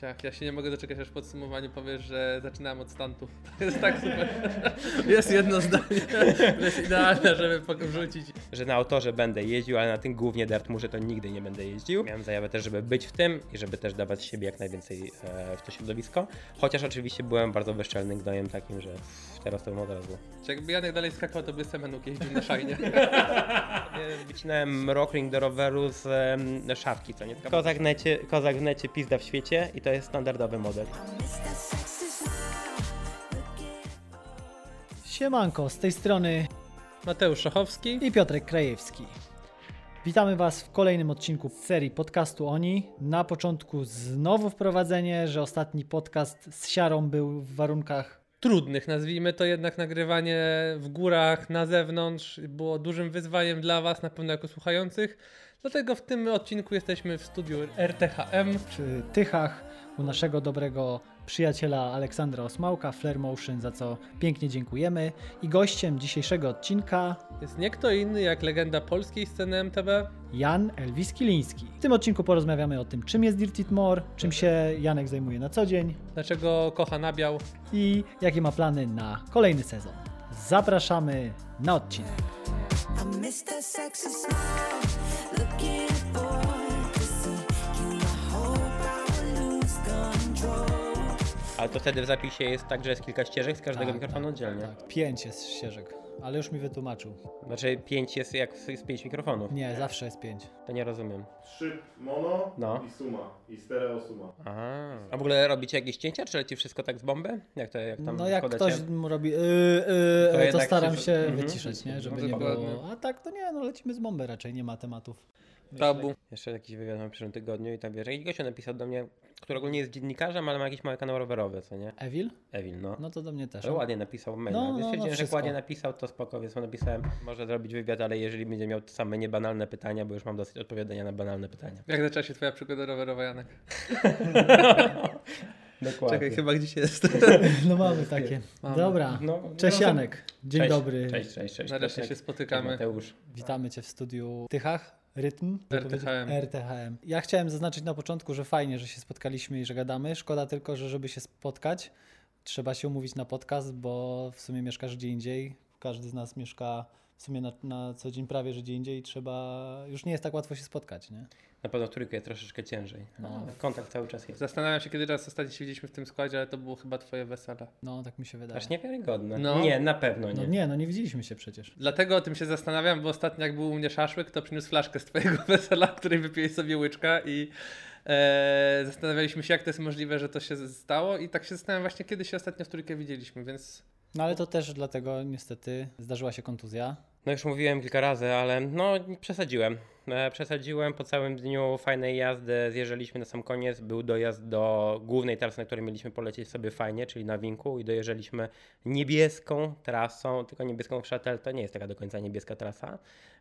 Ja się nie mogę doczekać, aż w podsumowaniu powiesz, że zaczynałem od stuntu. To jest tak super. Jest jedno zdanie, które jest idealne, żeby wrzucić. Że na autorze będę jeździł, ale na tym głównie Dartmoorze to nigdy nie będę jeździł. Miałem zajawę też, żeby być w tym i żeby też dawać z siebie jak najwięcej w to środowisko. Chociaż oczywiście byłem bardzo bezczelnym gnojem takim, że teraz to bym od razu. Czy jakby Janek dalej skakał, to by Semenuk jeździł na szajnie. Wycinałem rockring do roweru z szafki, co nie? Kozak w necie, pizda w świecie i to jest standardowy model. Siemanko, z tej strony Mateusz Szachowski. i Piotrek Krajewski. Witamy Was w kolejnym odcinku serii podcastu Oni. Na początku znowu wprowadzenie, że ostatni podcast z siarą był w warunkach Trudnych, nazwijmy to, jednak nagrywanie w górach, na zewnątrz było dużym wyzwaniem dla Was, na pewno jako słuchających. Dlatego w tym odcinku jesteśmy w studiu RTHM. przy Tychach u naszego dobrego przyjaciela Aleksandra Osmałka, Flare Motion, za co pięknie dziękujemy. I gościem dzisiejszego odcinka Jest nie kto inny jak legenda polskiej sceny MTB. Jan Elvis Kiliński. W tym odcinku porozmawiamy o tym, czym jest Dirty More, czym się Janek zajmuje na co dzień Dlaczego kocha nabiał? i jakie ma plany na kolejny sezon. Zapraszamy na odcinek. I miss that sexy smile, looking forward to see you. I hope I will lose control. Ale to wtedy w zapisie jest tak, że jest kilka ścieżek z każdego Tak, mikrofonu oddzielnie. Tak, 5 jest ścieżek, ale już mi wytłumaczył. Znaczy 5 jest jak z 5 mikrofonów. Nie, zawsze jest 5. To nie rozumiem. Szyb mono No. i suma. I stereo suma. A w ogóle robicie jakieś cięcia, czy leci wszystko tak z bomby? Jak tam No jak wkładacie? ktoś mu robi to jednak staram się- się Mhm. wyciszać, nie? Żeby No nie dokładnie. było. A tak to nie, no lecimy z bomby raczej, nie ma tematów. Tabu. Jeszcze jakiś wywiad mam w przyszłym tygodniu i tam wiesz, jakiś gościu napisał do mnie, który ogólnie jest dziennikarzem, ale ma jakiś mały kanał rowerowy, co nie? Evil? Evil, no. No to do mnie też. Ale ładnie napisał maila. No, Więc no, stwierdziłem, że jak wszystko. ładnie napisał, to spoko, więc mu napisałem, może zrobić wywiad, ale jeżeli będzie miał same niebanalne pytania, bo już mam dosyć odpowiadania na banalne pytania. Jak zaczęła się twoja przygoda rowerowa, Janek? Dokładnie. Czekaj, chyba gdzieś jest. No mamy takie. Mamy. Dobra. No, Cześć no, Janek. Dzień cześć, dobry. Cześć. Nareszcie Piotrek. się spotykamy. Mateusz. Witamy Cię w studiu Tychach. Rytm? RTHM. RTHM. Ja chciałem zaznaczyć na początku, że fajnie, że się spotkaliśmy i że gadamy. Szkoda tylko, że żeby się spotkać, trzeba się umówić na podcast, bo w sumie mieszkasz gdzie indziej. Każdy z nas mieszka w sumie na co dzień prawie, że gdzie indziej i już nie jest tak łatwo się spotkać, nie? Na pewno w trójkę jest troszeczkę ciężej. No. Ale kontakt cały czas jest. Zastanawiam się, kiedy raz ostatnio się widzieliśmy w tym składzie, ale to było chyba twoje wesele. No, tak mi się wydaje. Aż niewiarygodne. No. Nie, na pewno nie. No nie widzieliśmy się przecież. Dlatego o tym się zastanawiam, bo ostatnio jak był u mnie szaszłyk, to przyniósł flaszkę z twojego wesela, w której wypiłeś sobie łyczka i zastanawialiśmy się, jak to jest możliwe, że to się stało i tak się zastanawiam właśnie, kiedy się ostatnio w trójkę widzieliśmy, więc No ale to też dlatego niestety zdarzyła się kontuzja. No już mówiłem kilka razy, ale no przesadziłem. Przesadziłem po całym dniu fajnej jazdy, zjeżdżaliśmy na sam koniec, był dojazd do głównej trasy, na której mieliśmy polecieć sobie fajnie, czyli na Winku i dojeżdżaliśmy niebieską trasą, tylko niebieską w Shuttle, to nie jest taka do końca niebieska trasa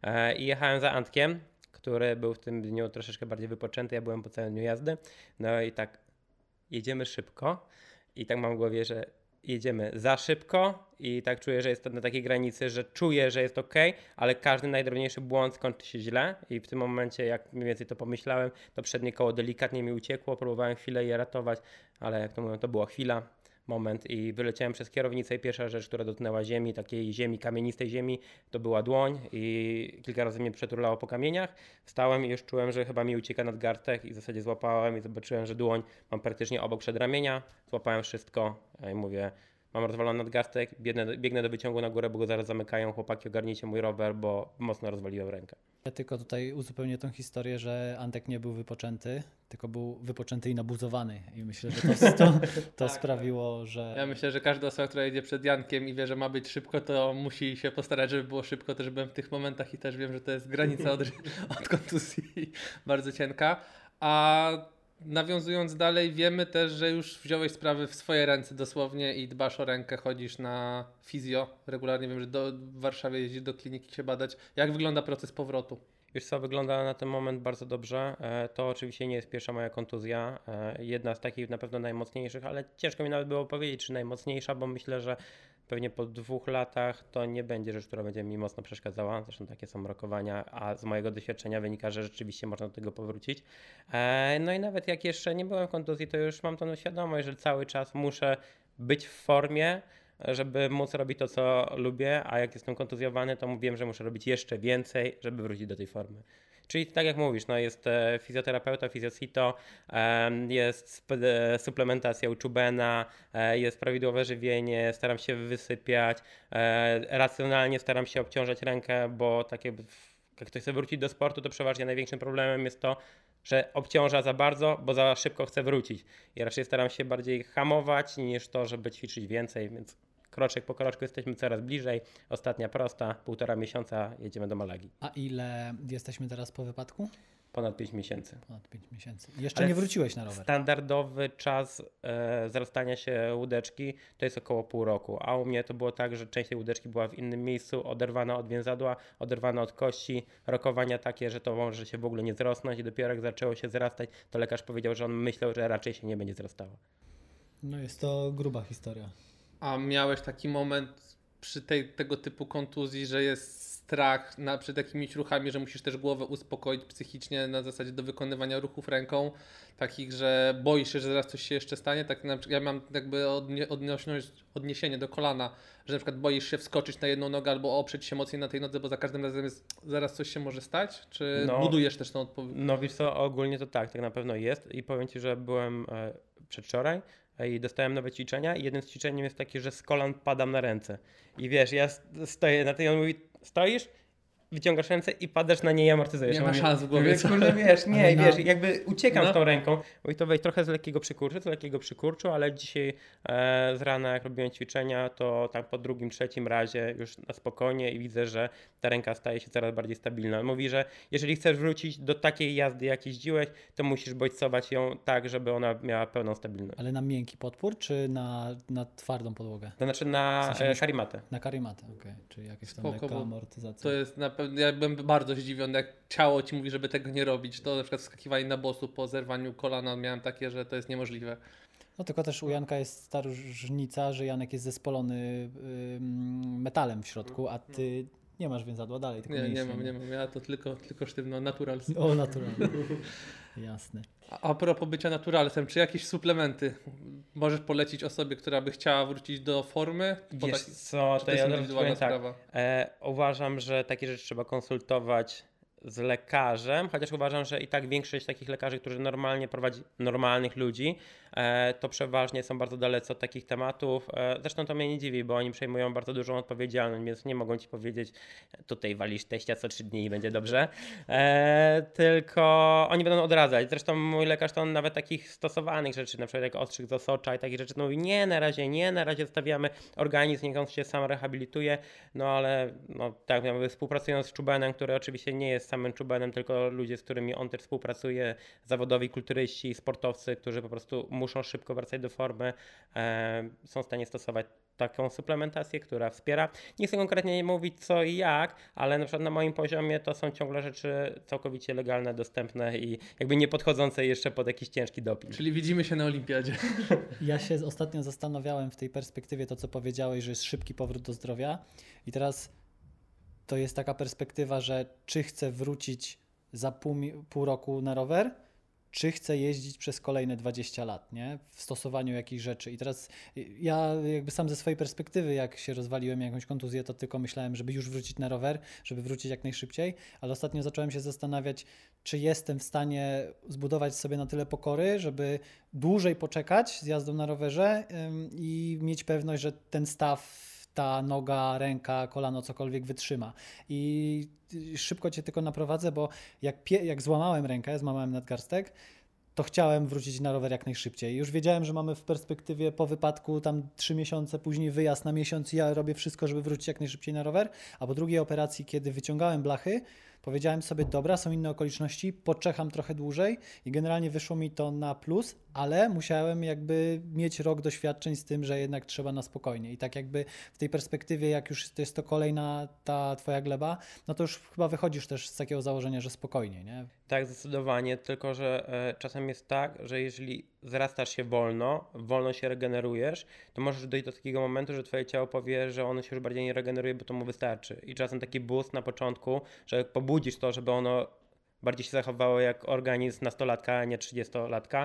i jechałem za Antkiem, który był w tym dniu troszeczkę bardziej wypoczęty, ja byłem po całym dniu jazdy, no i tak jedziemy szybko i tak mam w głowie, że jedziemy za szybko i tak czuję, że jest to na takiej granicy, że czuję, że jest ok, ale każdy najdrobniejszy błąd skończy się źle i w tym momencie, jak mniej więcej to pomyślałem, to przednie koło delikatnie mi uciekło, próbowałem chwilę je ratować, ale jak to mówią, to była chwila, moment i wyleciałem przez kierownicę i pierwsza rzecz, która dotknęła ziemi, takiej ziemi, kamienistej ziemi, to była dłoń i kilka razy mnie przeturlało po kamieniach. Wstałem i już czułem, że chyba mi ucieka nadgarstek i w zasadzie złapałem i zobaczyłem, że dłoń mam praktycznie obok przedramienia. Złapałem wszystko i mówię, mam rozwalony nadgarstek, biegnę do wyciągu na górę, bo go zaraz zamykają. Chłopaki, ogarnijcie mój rower, bo mocno rozwaliłem rękę. Ja tylko tutaj uzupełnię tą historię, że Antek nie był wypoczęty, tylko był wypoczęty i nabuzowany i myślę, że to sprawiło, że... ja myślę, że każda osoba, która jedzie przed Jankiem i wie, że ma być szybko, to musi się postarać, żeby było szybko, też byłem w tych momentach i też wiem, że to jest granica od kontuzji bardzo cienka, a nawiązując dalej, wiemy też, że już wziąłeś sprawy w swoje ręce dosłownie i dbasz o rękę, chodzisz na fizjo regularnie. Wiem, że w Warszawie jeździsz do kliniki się badać. Jak wygląda proces powrotu? Wiesz co, wygląda na ten moment bardzo dobrze. To oczywiście nie jest pierwsza moja kontuzja. Jedna z takich na pewno najmocniejszych, ale ciężko mi nawet było powiedzieć, czy najmocniejsza, bo myślę, że pewnie po 2 latach to nie będzie rzecz, która będzie mi mocno przeszkadzała. Zresztą takie są rokowania, a z mojego doświadczenia wynika, że rzeczywiście można do tego powrócić. No i nawet jak jeszcze nie byłem w kontuzji, to już mam tą świadomość, że cały czas muszę być w formie, żeby móc robić to, co lubię, a jak jestem kontuzjowany, to wiem, że muszę robić jeszcze więcej, żeby wrócić do tej formy. Czyli tak jak mówisz, no jest fizjoterapeuta, fizjocito, jest suplementacja u Chubena, jest prawidłowe żywienie, staram się wysypiać, racjonalnie staram się obciążać rękę, bo tak jakby jak ktoś chce wrócić do sportu, to przeważnie największym problemem jest to, że obciąża za bardzo, bo za szybko chce wrócić. I raczej staram się bardziej hamować niż to, żeby ćwiczyć więcej, więc kroczek po kroczku jesteśmy coraz bliżej. Ostatnia prosta, 1,5 miesiąca, jedziemy do Malagi. A ile jesteśmy teraz po wypadku? Ponad 5 miesięcy. Ponad 5 miesięcy. Jeszcze Ale nie wróciłeś na rower. Standardowy czas zarastania się łódeczki to jest około pół roku, a u mnie to było tak, że część tej łódeczki była w innym miejscu, oderwana od więzadła, oderwana od kości, rokowania takie, że to może się w ogóle nie zrosnąć i dopiero jak zaczęło się zrastać, to lekarz powiedział, że on myślał, że raczej się nie będzie wzrastało. No jest to gruba historia. A miałeś taki moment przy tego typu kontuzji, że jest strach przed jakimiś ruchami, że musisz też głowę uspokoić psychicznie na zasadzie do wykonywania ruchów ręką, takich, że boisz się, że zaraz coś się jeszcze stanie? Tak na przykład ja mam jakby odniesienie do kolana, że na przykład boisz się wskoczyć na jedną nogę albo oprzeć się mocniej na tej nodze, bo za każdym razem zaraz coś się może stać? Czy budujesz też tą odpowiedź? No wiesz co, ogólnie to tak na pewno jest i powiem Ci, że byłem przedwczoraj i dostałem nowe ćwiczenia i jednym z ćwiczeniem jest takie, że z kolan padam na ręce. I wiesz, ja stoję na tej i on mówi, stoisz, wyciągasz ręce i padasz na niej i amortyzujesz. Nie ma szans w głowie. Kurde, wiesz, nie, Ale wiesz, jakby uciekam No. z tą ręką. Mówi to wejdź trochę z lekkiego przykurczu, ale dzisiaj z rana jak robiłem ćwiczenia, to tak po drugim, trzecim razie już na spokojnie i widzę, że ta ręka staje się coraz bardziej stabilna. On mówi, że jeżeli chcesz wrócić do takiej jazdy, jak jeździłeś, to musisz bodźcować ją tak, żeby ona miała pełną stabilność. Ale na miękki podpór, czy na twardą podłogę? To znaczy na W sensie karimatę. Na karimatę, okej. Czyli jakieś tam Spoko, lekka bo amortyzacja. To jest na pewno, ja byłem bardzo zdziwiony, jak ciało ci mówi, żeby tego nie robić. To na przykład skakiwanie na bosu po zerwaniu kolana miałem takie, że to jest niemożliwe. No tylko też u Janka jest ta różnica, że Janek jest zespolony metalem w środku, a ty nie masz więzadła dalej. Tylko Nie mięśnie. mam. Ja to tylko sztywno naturals. O, naturalnie. Jasne. A propos bycia naturalsem, czy jakieś suplementy możesz polecić osobie, która by chciała wrócić do formy? Bo Wiesz tak- co, czy to to jest ja indywidualna tak. sprawa? Uważam, że takie rzeczy trzeba konsultować z lekarzem, chociaż uważam, że i tak większość takich lekarzy, którzy normalnie prowadzi normalnych ludzi, to przeważnie są bardzo dalece od takich tematów. Zresztą to mnie nie dziwi, bo oni przejmują bardzo dużą odpowiedzialność, więc nie mogą ci powiedzieć, tutaj walisz teścia co 3 dni i będzie dobrze, tylko oni będą odradzać. Zresztą mój lekarz to on nawet takich stosowanych rzeczy, na przykład jak ostrzyk z osocza i takich rzeczy, no mówi nie, na razie zostawiamy organizm, niech on się sam rehabilituje, no ale no, tak, jakby współpracując z Chubenem, który oczywiście nie jest samym Chubenem, tylko ludzie, z którymi on też współpracuje, zawodowi kulturyści, sportowcy, którzy po prostu muszą szybko wracać do formy, są w stanie stosować taką suplementację, która wspiera. Nie chcę konkretnie mówić co i jak, ale na przykład na moim poziomie to są ciągle rzeczy całkowicie legalne, dostępne i jakby nie podchodzące jeszcze pod jakiś ciężki doping. Czyli widzimy się na olimpiadzie. Ja się ostatnio zastanawiałem w tej perspektywie to, co powiedziałeś, że jest szybki powrót do zdrowia i teraz to jest taka perspektywa, że czy chcę wrócić za pół roku na rower, czy chcę jeździć przez kolejne 20 lat, nie? W stosowaniu jakichś rzeczy. I teraz ja jakby sam ze swojej perspektywy, jak się rozwaliłem jakąś kontuzję, to tylko myślałem, żeby już wrócić na rower, żeby wrócić jak najszybciej, ale ostatnio zacząłem się zastanawiać, czy jestem w stanie zbudować sobie na tyle pokory, żeby dłużej poczekać z jazdą na rowerze i mieć pewność, że ten staw, ta noga, ręka, kolano, cokolwiek wytrzyma. I szybko cię tylko naprowadzę, bo jak złamałem rękę, złamałem nadgarstek, to chciałem wrócić na rower jak najszybciej. Już wiedziałem, że mamy w perspektywie po wypadku tam 3 miesiące, później wyjazd na miesiąc i ja robię wszystko, żeby wrócić jak najszybciej na rower, a po drugiej operacji, kiedy wyciągałem blachy, powiedziałem sobie, dobra, są inne okoliczności, poczekam trochę dłużej i generalnie wyszło mi to na plus, ale musiałem jakby mieć rok doświadczeń z tym, że jednak trzeba na spokojnie. I tak jakby w tej perspektywie, jak już to jest to kolejna ta twoja gleba, no to już chyba wychodzisz też z takiego założenia, że spokojnie, nie? Tak, zdecydowanie, tylko że czasem jest tak, że jeżeli zrastasz się wolno się regenerujesz, to możesz dojść do takiego momentu, że twoje ciało powie, że ono się już bardziej nie regeneruje, bo to mu wystarczy. I czasem taki boost na początku, że jak pobudzisz to, żeby ono bardziej się zachowało jak organizm nastolatka, a nie 30-latka,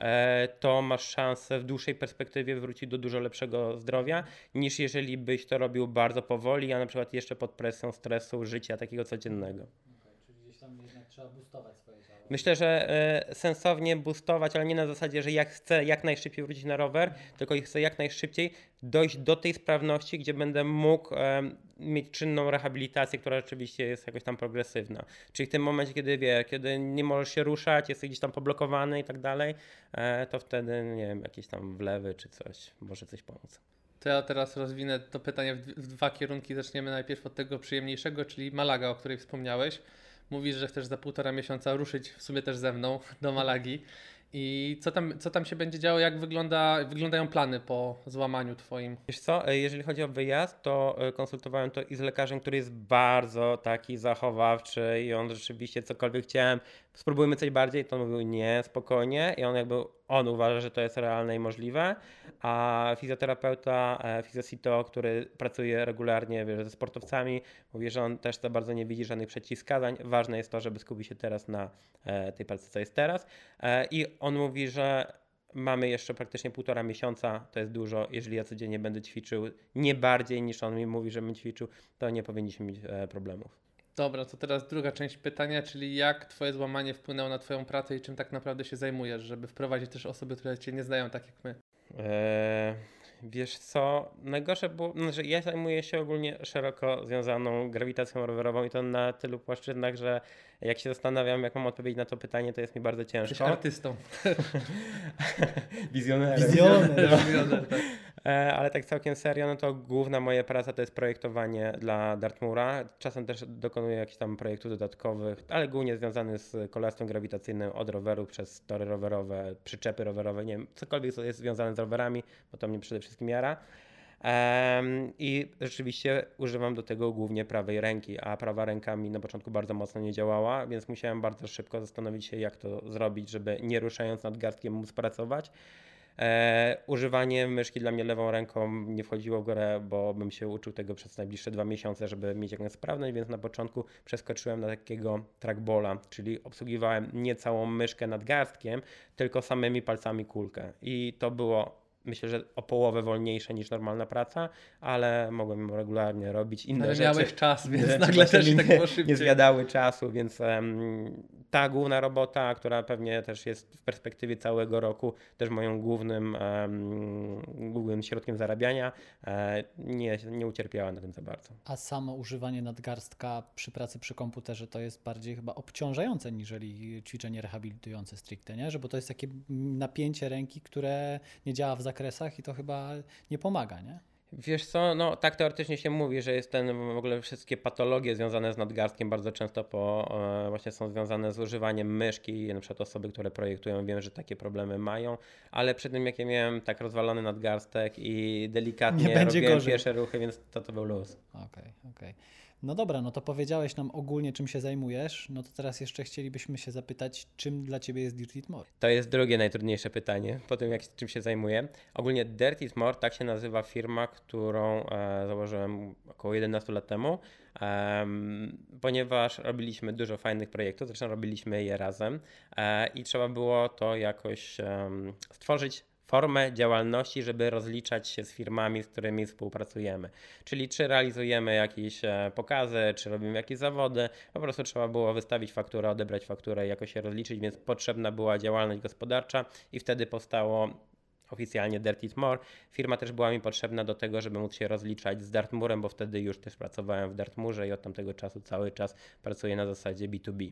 to masz szansę w dłuższej perspektywie wrócić do dużo lepszego zdrowia, niż jeżeli byś to robił bardzo powoli, a na przykład jeszcze pod presją stresu życia takiego codziennego. Czyli gdzieś tam jednak trzeba boostować swoje ciało. Myślę, że sensownie boostować, ale nie na zasadzie, że jak chcę jak najszybciej wrócić na rower, tylko chcę jak najszybciej dojść do tej sprawności, gdzie będę mógł mieć czynną rehabilitację, która rzeczywiście jest jakoś tam progresywna. Czyli w tym momencie, kiedy nie możesz się ruszać, jesteś gdzieś tam poblokowany i tak dalej, to wtedy, nie wiem, jakieś tam wlewy czy coś, może coś pomóc. To ja teraz rozwinę to pytanie w dwa kierunki. Zaczniemy najpierw od tego przyjemniejszego, czyli Malaga, o której wspomniałeś. Mówisz, że chcesz za 1,5 miesiąca ruszyć w sumie też ze mną do Malagi. I co tam się będzie działo? Jak wyglądają plany po złamaniu twoim? Wiesz co, jeżeli chodzi o wyjazd, to konsultowałem to i z lekarzem, który jest bardzo taki zachowawczy i on rzeczywiście cokolwiek chciałem, spróbujmy coś bardziej, to on mówił nie, spokojnie i on uważa, że to jest realne i możliwe, a fizjoterapeuta, fizjosito, który pracuje regularnie ze sportowcami, mówi, że on też za bardzo nie widzi żadnych przeciwwskazań. Ważne jest to, żeby skupić się teraz na tej pracy, co jest teraz. I on mówi, że mamy jeszcze praktycznie 1,5 miesiąca, to jest dużo. Jeżeli ja codziennie będę ćwiczył nie bardziej niż on mi mówi, żebym ćwiczył, to nie powinniśmy mieć problemów. Dobra, to teraz druga część pytania, czyli jak twoje złamanie wpłynęło na twoją pracę i czym tak naprawdę się zajmujesz, żeby wprowadzić też osoby, które cię nie znają tak jak my. Wiesz co, najgorsze było, że ja zajmuję się ogólnie szeroko związaną grawitacją rowerową i to na tylu płaszczyznach, że jak się zastanawiam, jak mam odpowiedzieć na to pytanie, to jest mi bardzo Jesteś ciężko. artystą. Wizjonerem. Wizjoner. Tak. Ale tak całkiem serio, no to główna moja praca to jest projektowanie dla Dartmoora. Czasem też dokonuję jakichś tam projektów dodatkowych, ale głównie związany z kolarstwem grawitacyjnym od rowerów przez tory rowerowe, przyczepy rowerowe, nie wiem, cokolwiek co jest związane z rowerami, bo to mnie przede wszystkim jara. I rzeczywiście używam do tego głównie prawej ręki, a prawa ręka mi na początku bardzo mocno nie działała, więc musiałem bardzo szybko zastanowić się, jak to zrobić, żeby nie ruszając nadgarstkiem móc pracować. Używanie myszki dla mnie lewą ręką nie wchodziło w grę, bo bym się uczył tego przez najbliższe 2 miesiące, żeby mieć jakąś sprawność, więc na początku przeskoczyłem na takiego trackballa, czyli obsługiwałem nie całą myszkę nadgarstkiem, tylko samymi palcami kulkę. I to było, myślę, że o połowę wolniejsze niż normalna praca, ale mogłem ją regularnie robić inne Ale rzeczy. miałeś czas, więc Rzeczy nagle właśnie też tak było szybciej. nie zjadały czasu, więc ta główna robota, która pewnie też jest w perspektywie całego roku też moim głównym środkiem zarabiania, nie ucierpiała na tym za bardzo. A samo używanie nadgarstka przy pracy przy komputerze to jest bardziej chyba obciążające niżeli ćwiczenie rehabilitujące stricte, nie? Że bo to jest takie napięcie ręki, które nie działa w zakresach i to chyba nie pomaga, nie? Wiesz co, no tak teoretycznie się mówi, że jest w ogóle wszystkie patologie związane z nadgarstkiem bardzo często właśnie są związane z używaniem myszki, na przykład osoby, które projektują, wiem, że takie problemy mają, ale przy tym jak ja miałem tak rozwalony nadgarstek i delikatnie robiłem pierwsze ruchy, więc to był luz. Okej. No dobra, no to powiedziałeś nam ogólnie, czym się zajmujesz, no to teraz jeszcze chcielibyśmy się zapytać, czym dla Ciebie jest Dirty It More? To jest drugie najtrudniejsze pytanie, po tym czym się zajmuję. Ogólnie Dirty It More, tak się nazywa firma, którą założyłem około 11 lat temu, ponieważ robiliśmy dużo fajnych projektów, zresztą robiliśmy je razem i trzeba było to jakoś stworzyć formę działalności, żeby rozliczać się z firmami, z którymi współpracujemy. Czyli czy realizujemy jakieś pokazy, czy robimy jakieś zawody, po prostu trzeba było wystawić fakturę, odebrać fakturę i jakoś się rozliczyć, więc potrzebna była działalność gospodarcza i wtedy powstało oficjalnie Dirty It More. Firma też była mi potrzebna do tego, żeby móc się rozliczać z Dartmoorem, bo wtedy już też pracowałem w Dartmoorze i od tamtego czasu cały czas pracuję na zasadzie B2B.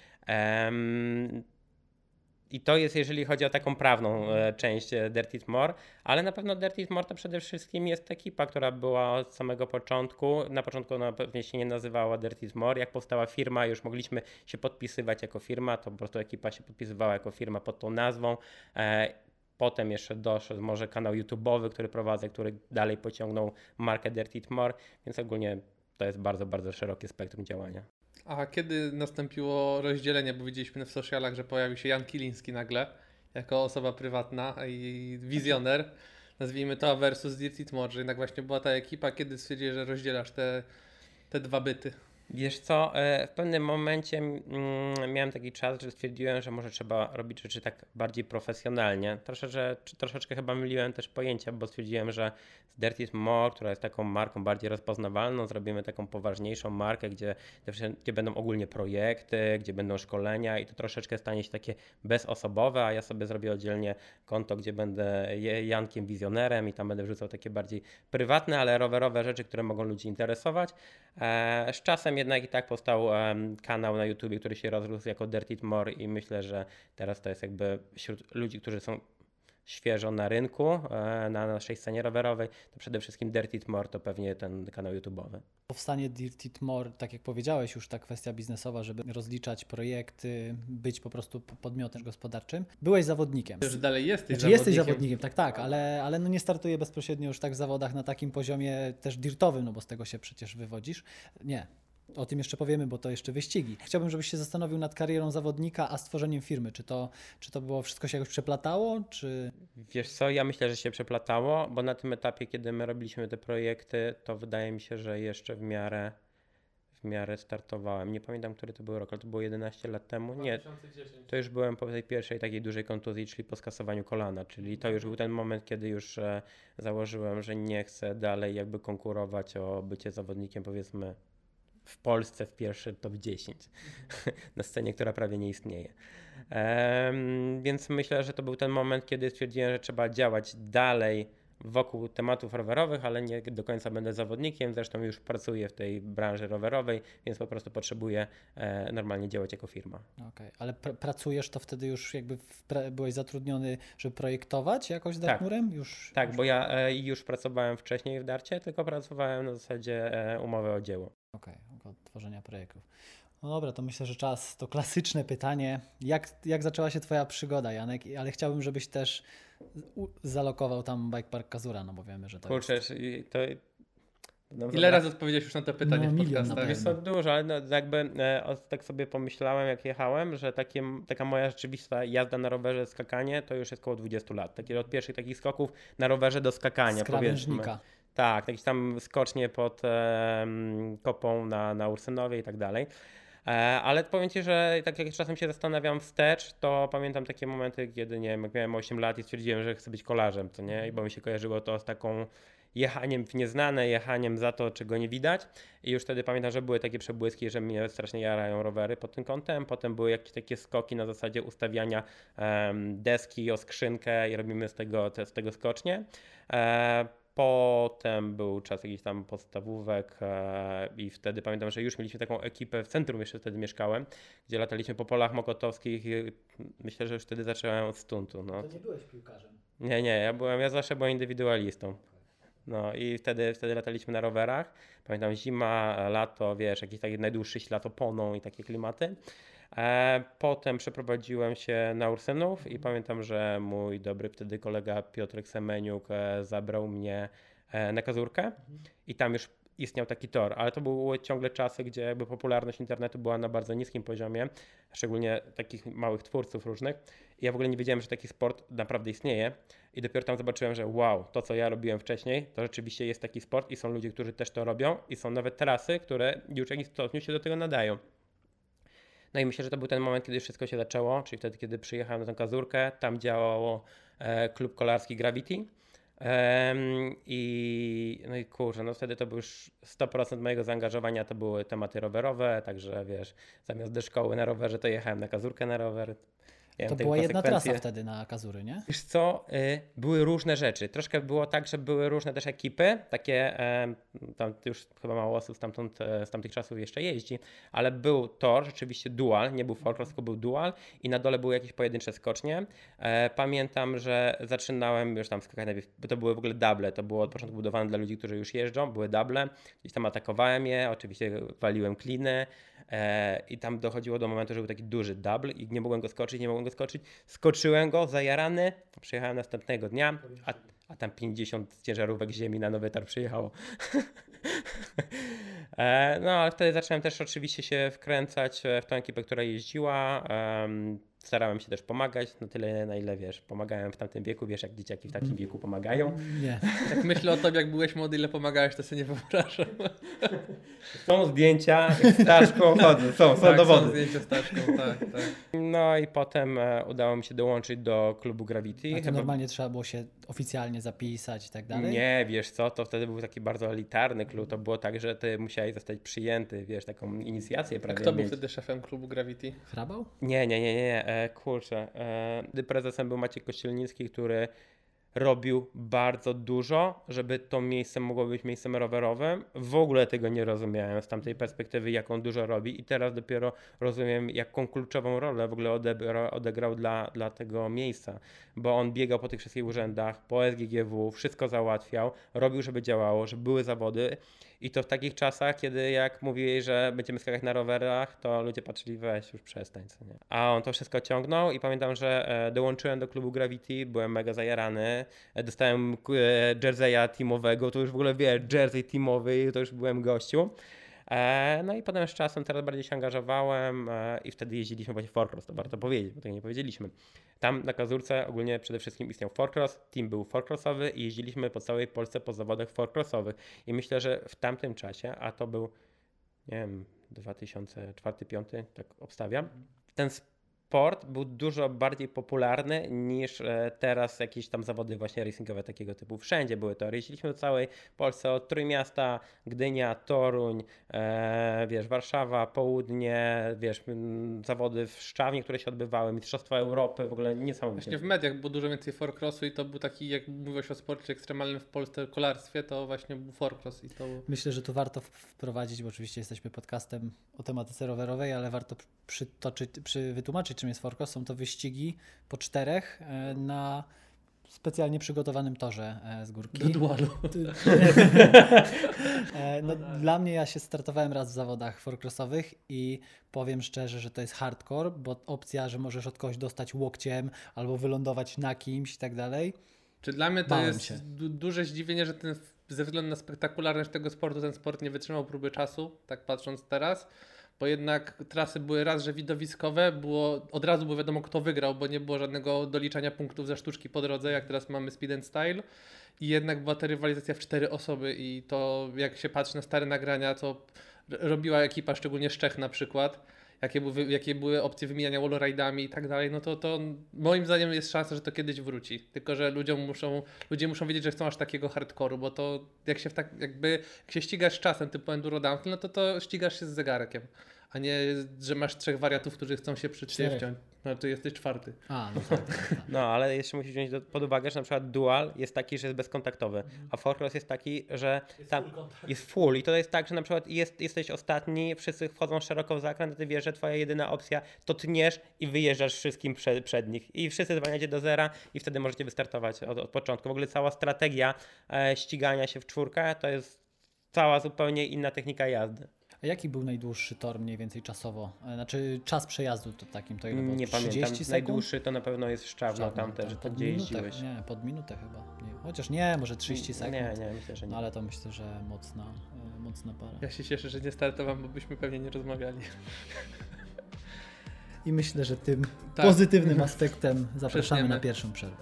I to jest, jeżeli chodzi o taką prawną część Dirty It More, ale na pewno Dirty It More to przede wszystkim jest ekipa, która była od samego początku. Na początku ona pewnie się nie nazywała Dirty It More. Jak powstała firma, już mogliśmy się podpisywać jako firma, to po prostu ekipa się podpisywała jako firma pod tą nazwą. Potem jeszcze doszedł może kanał YouTube'owy, który prowadzę, który dalej pociągnął markę Dirty It More, więc ogólnie to jest bardzo, bardzo szerokie spektrum działania. A kiedy nastąpiło rozdzielenie, bo widzieliśmy w socialach, że pojawił się Jan Kiliński nagle, jako osoba prywatna i wizjoner, nazwijmy to, versus Dirty It More, że jednak właśnie była ta ekipa, kiedy stwierdziłeś, że rozdzielasz te dwa byty. Wiesz co, w pewnym momencie miałem taki czas, że stwierdziłem, że może trzeba robić rzeczy tak bardziej profesjonalnie. Troszeczkę chyba myliłem też pojęcia, bo stwierdziłem, że z Dirty It More, która jest taką marką bardziej rozpoznawalną, zrobimy taką poważniejszą markę, gdzie będą ogólnie projekty, gdzie będą szkolenia i to troszeczkę stanie się takie bezosobowe, a ja sobie zrobię oddzielnie konto, gdzie będę Jankiem Wizjonerem i tam będę wrzucał takie bardziej prywatne, ale rowerowe rzeczy, które mogą ludzi interesować. Z czasem jednak i tak powstał kanał na YouTubie, który się rozrósł jako Dirty It More i myślę, że teraz to jest jakby wśród ludzi, którzy są świeżo na rynku, na naszej scenie rowerowej, to przede wszystkim Dirty It More to pewnie ten kanał YouTube'owy. Powstanie Dirty It More, tak jak powiedziałeś, już ta kwestia biznesowa, żeby rozliczać projekty, być po prostu podmiotem gospodarczym. Byłeś zawodnikiem. Że dalej jesteś Znaczy zawodnikiem. jesteś zawodnikiem, tak, ale no nie startuję bezpośrednio już tak w zawodach na takim poziomie też dirtowym, no bo z tego się przecież wywodzisz. Nie. O tym jeszcze powiemy, bo to jeszcze wyścigi. Chciałbym, żebyś się zastanowił nad karierą zawodnika, a stworzeniem firmy. Czy to było wszystko się jakoś przeplatało, czy... Wiesz co, ja myślę, że się przeplatało, bo na tym etapie, kiedy my robiliśmy te projekty, to wydaje mi się, że jeszcze w miarę startowałem. Nie pamiętam, który to był rok, ale to było 11 lat temu. Nie, 2010. to już byłem po tej pierwszej takiej dużej kontuzji, czyli po skasowaniu kolana, czyli to już był ten moment, kiedy już założyłem, że nie chcę dalej jakby konkurować o bycie zawodnikiem, powiedzmy, w Polsce w pierwszy top 10 na scenie, która prawie nie istnieje. Więc myślę, że to był ten moment, kiedy stwierdziłem, że trzeba działać dalej wokół tematów rowerowych, ale nie do końca będę zawodnikiem. Zresztą już pracuję w tej branży rowerowej, więc po prostu potrzebuję normalnie działać jako firma. Okej, ale pracujesz to wtedy już jakby byłeś zatrudniony, żeby projektować jakoś Dartmoorem? Tak, bo ja już pracowałem wcześniej w Darcie, tylko pracowałem na zasadzie umowy o dzieło. Okej, od tworzenia projektów. No dobra, to myślę, że czas. To klasyczne pytanie. Jak zaczęła się twoja przygoda, Janek? Ale chciałbym, żebyś też zalokował tam Bike Park Kazura, no bo wiemy, że to Kurczę, jest... to Ile razy odpowiedziałeś już na to pytanie No, w milion podcastach? na Jest to dużo, ale no, jakby tak sobie pomyślałem, jak jechałem, że taka moja rzeczywista jazda na rowerze, skakanie, to już jest około 20 lat. Takie od pierwszych takich skoków na rowerze do skakania, Z krawężnika. Tak, jakieś tam skocznie pod kopą na Ursynowie i tak dalej. Ale powiem Ci, że tak jak czasem się zastanawiam wstecz, to pamiętam takie momenty, kiedy nie wiem, jak miałem 8 lat i stwierdziłem, że chcę być kolarzem, to nie? I bo mi się kojarzyło to z taką jechaniem w nieznane, jechaniem za to, czego nie widać. I już wtedy pamiętam, że były takie przebłyski, że mnie strasznie jarają rowery pod tym kątem. Potem były jakieś takie skoki na zasadzie ustawiania deski o skrzynkę i robimy z tego skocznie. Potem był czas jakichś tam podstawówek i wtedy pamiętam, że już mieliśmy taką ekipę, w centrum jeszcze wtedy mieszkałem, gdzie lataliśmy po polach mokotowskich i myślę, że już wtedy zacząłem od stuntu. No. To nie byłeś piłkarzem. Nie, ja zawsze byłem indywidualistą. No i wtedy lataliśmy na rowerach. Pamiętam zima, lato, wiesz, jakiś taki najdłuższy ślad oponą i takie klimaty. Potem przeprowadziłem się na Ursynów i pamiętam, że mój dobry wtedy kolega Piotrek Semeniuk zabrał mnie na Kazurkę i tam już istniał taki tor, ale to były ciągle czasy, gdzie jakby popularność internetu była na bardzo niskim poziomie, szczególnie takich małych twórców różnych. I ja w ogóle nie wiedziałem, że taki sport naprawdę istnieje i dopiero tam zobaczyłem, że wow, to co ja robiłem wcześniej, to rzeczywiście jest taki sport i są ludzie, którzy też to robią i są nawet trasy, które już w jakimś stopniu się do tego nadają. No i myślę, że to był ten moment, kiedy wszystko się zaczęło, czyli wtedy, kiedy przyjechałem na tę Kazurkę, tam działało klub kolarski Gravity. No i kurczę, no wtedy to był już 100% mojego zaangażowania, to były tematy rowerowe, także wiesz, zamiast do szkoły na rowerze, to jechałem na Kazurkę na rower. To była jedna trasa wtedy na Kazury, nie? Wiesz co, były różne rzeczy. Troszkę było tak, że były różne też ekipy, takie, tam już chyba mało osób z tamtych czasów jeszcze jeździ, ale był tor, rzeczywiście dual, nie był four-cross, tylko był dual i na dole były jakieś pojedyncze skocznie. Pamiętam, że zaczynałem już tam skakać najpierw, bo to były w ogóle double, to było od początku budowane dla ludzi, którzy już jeżdżą, były double, gdzieś tam atakowałem je, oczywiście waliłem kliny. I tam dochodziło do momentu, że był taki duży double i nie mogłem go skoczyć. Skoczyłem go, zajarany, przyjechałem następnego dnia, a tam 50 ciężarówek ziemi na Nowy Targ przyjechało. No, ale wtedy zacząłem też oczywiście się wkręcać w tą ekipę, która jeździła. Starałem się też pomagać na tyle, na ile wiesz, pomagałem w tamtym wieku, wiesz, jak dzieciaki w takim wieku pomagają. Nie. Jak myślę o tobie, jak byłeś młody, ile pomagałeś, to sobie nie wyobrażam. Są zdjęcia, z Staszką chodzę, są Tak, dowody. są zdjęcia z Taszką, tak. No i potem udało mi się dołączyć do klubu Gravity. A to normalnie trzeba było się oficjalnie zapisać i tak dalej? Nie, wiesz co, to wtedy był taki bardzo elitarny klub, to było tak, że ty musiałeś zostać przyjęty, wiesz, taką inicjację A prawie kto był mieć. wtedy szefem klubu Gravity? Hrabał? Nie, kurczę. Wtedy prezesem był Maciej Kościelnicki, który robił bardzo dużo, żeby to miejsce mogło być miejscem rowerowym. W ogóle tego nie rozumiałem z tamtej perspektywy, jak on dużo robi i teraz dopiero rozumiem, jaką kluczową rolę w ogóle odegrał dla tego miejsca, bo on biegał po tych wszystkich urzędach, po SGGW, wszystko załatwiał, robił, żeby działało, żeby były zawody i to w takich czasach, kiedy jak mówili, że będziemy skakać na rowerach, to ludzie patrzyli, weź już przestań, co nie. A on to wszystko ciągnął i pamiętam, że dołączyłem do klubu Gravity, byłem mega zajarany, dostałem jerseya teamowego, to już w ogóle wiesz, jersey teamowy, to już byłem gościu. No i potem z czasem coraz bardziej się angażowałem i wtedy jeździliśmy właśnie four-cross, to warto powiedzieć, bo tego nie powiedzieliśmy. Tam na Kazurce ogólnie przede wszystkim istniał four-cross, team był four-crossowy i jeździliśmy po całej Polsce po zawodach four-crossowych. I myślę, że w tamtym czasie, a to był, nie wiem, 2004-2005, tak obstawiam, ten sport był dużo bardziej popularny niż teraz jakieś tam zawody właśnie racingowe takiego typu. Wszędzie były to. Jeździliśmy po całej Polsce od Trójmiasta, Gdynia, Toruń, wiesz, Warszawa, Południe, wiesz, zawody w Szczawnie, które się odbywały, Mistrzostwa Europy, w ogóle niesamowite. Właśnie w mediach było dużo więcej four-crossu i to był taki, jak mówiłeś o sporcie ekstremalnym w Polsce, kolarstwie, to właśnie był four-cross i to... Myślę, że tu warto wprowadzić, bo oczywiście jesteśmy podcastem o tematyce rowerowej, ale warto wytłumaczyć, czym jest four-cross. Są to wyścigi po 4 na specjalnie przygotowanym torze z górki. Do dualu. No, dla mnie, ja się startowałem raz w zawodach four-crossowych i powiem szczerze, że to jest hardcore, bo opcja, że możesz od kogoś dostać łokciem albo wylądować na kimś i tak dalej. Czy dla mnie to Bałem jest się. duże zdziwienie, że ze względu na spektakularność tego sportu ten sport nie wytrzymał próby czasu, tak patrząc teraz, bo jednak trasy były raz, że widowiskowe, od razu było wiadomo kto wygrał, bo nie było żadnego doliczania punktów za sztuczki po drodze, jak teraz mamy Speed and Style i jednak była ta rywalizacja w 4 osoby i to jak się patrzy na stare nagrania, co robiła ekipa, szczególnie z Czech na przykład, jakie były opcje wymieniania wallride'ami i tak dalej, no to moim zdaniem jest szansa, że to kiedyś wróci. Tylko że ludzie muszą wiedzieć, że chcą aż takiego hardkoru, bo to jak się ścigasz z czasem typu enduro downhill, no to ścigasz się z zegarkiem, a nie, że masz 3 wariatów, którzy chcą się przy ciebie wciąć. No to jesteś 4. A, no tak. No, ale jeszcze musisz wziąć pod uwagę, że na przykład dual jest taki, że jest bezkontaktowy, a four-cross jest taki, że tam jest full i to jest tak, że na przykład jesteś ostatni, wszyscy wchodzą szeroko w zakręt, a ty wiesz, że twoja jedyna opcja to tniesz i wyjeżdżasz wszystkim przed nich i wszyscy zwalniacie do zera i wtedy możecie wystartować od początku. W ogóle cała strategia ścigania się w czwórkę to jest cała zupełnie inna technika jazdy. A jaki był najdłuższy tor mniej więcej czasowo? Znaczy czas przejazdu to takim, to ile było? Nie 30 pamiętam, sekund? najdłuższy to na pewno jest Szczawno tam też, pod gdzie minutę, jeździłeś. nie, pod minutę chyba. Nie. Chociaż nie, może 30 sekund. Nie, myślę, że nie. No ale to myślę, że mocna para. Ja się cieszę, że nie startowałem, bo byśmy pewnie nie rozmawiali. I myślę, że tym Tak. pozytywnym aspektem zapraszamy Przeszniemy. na pierwszą przerwę.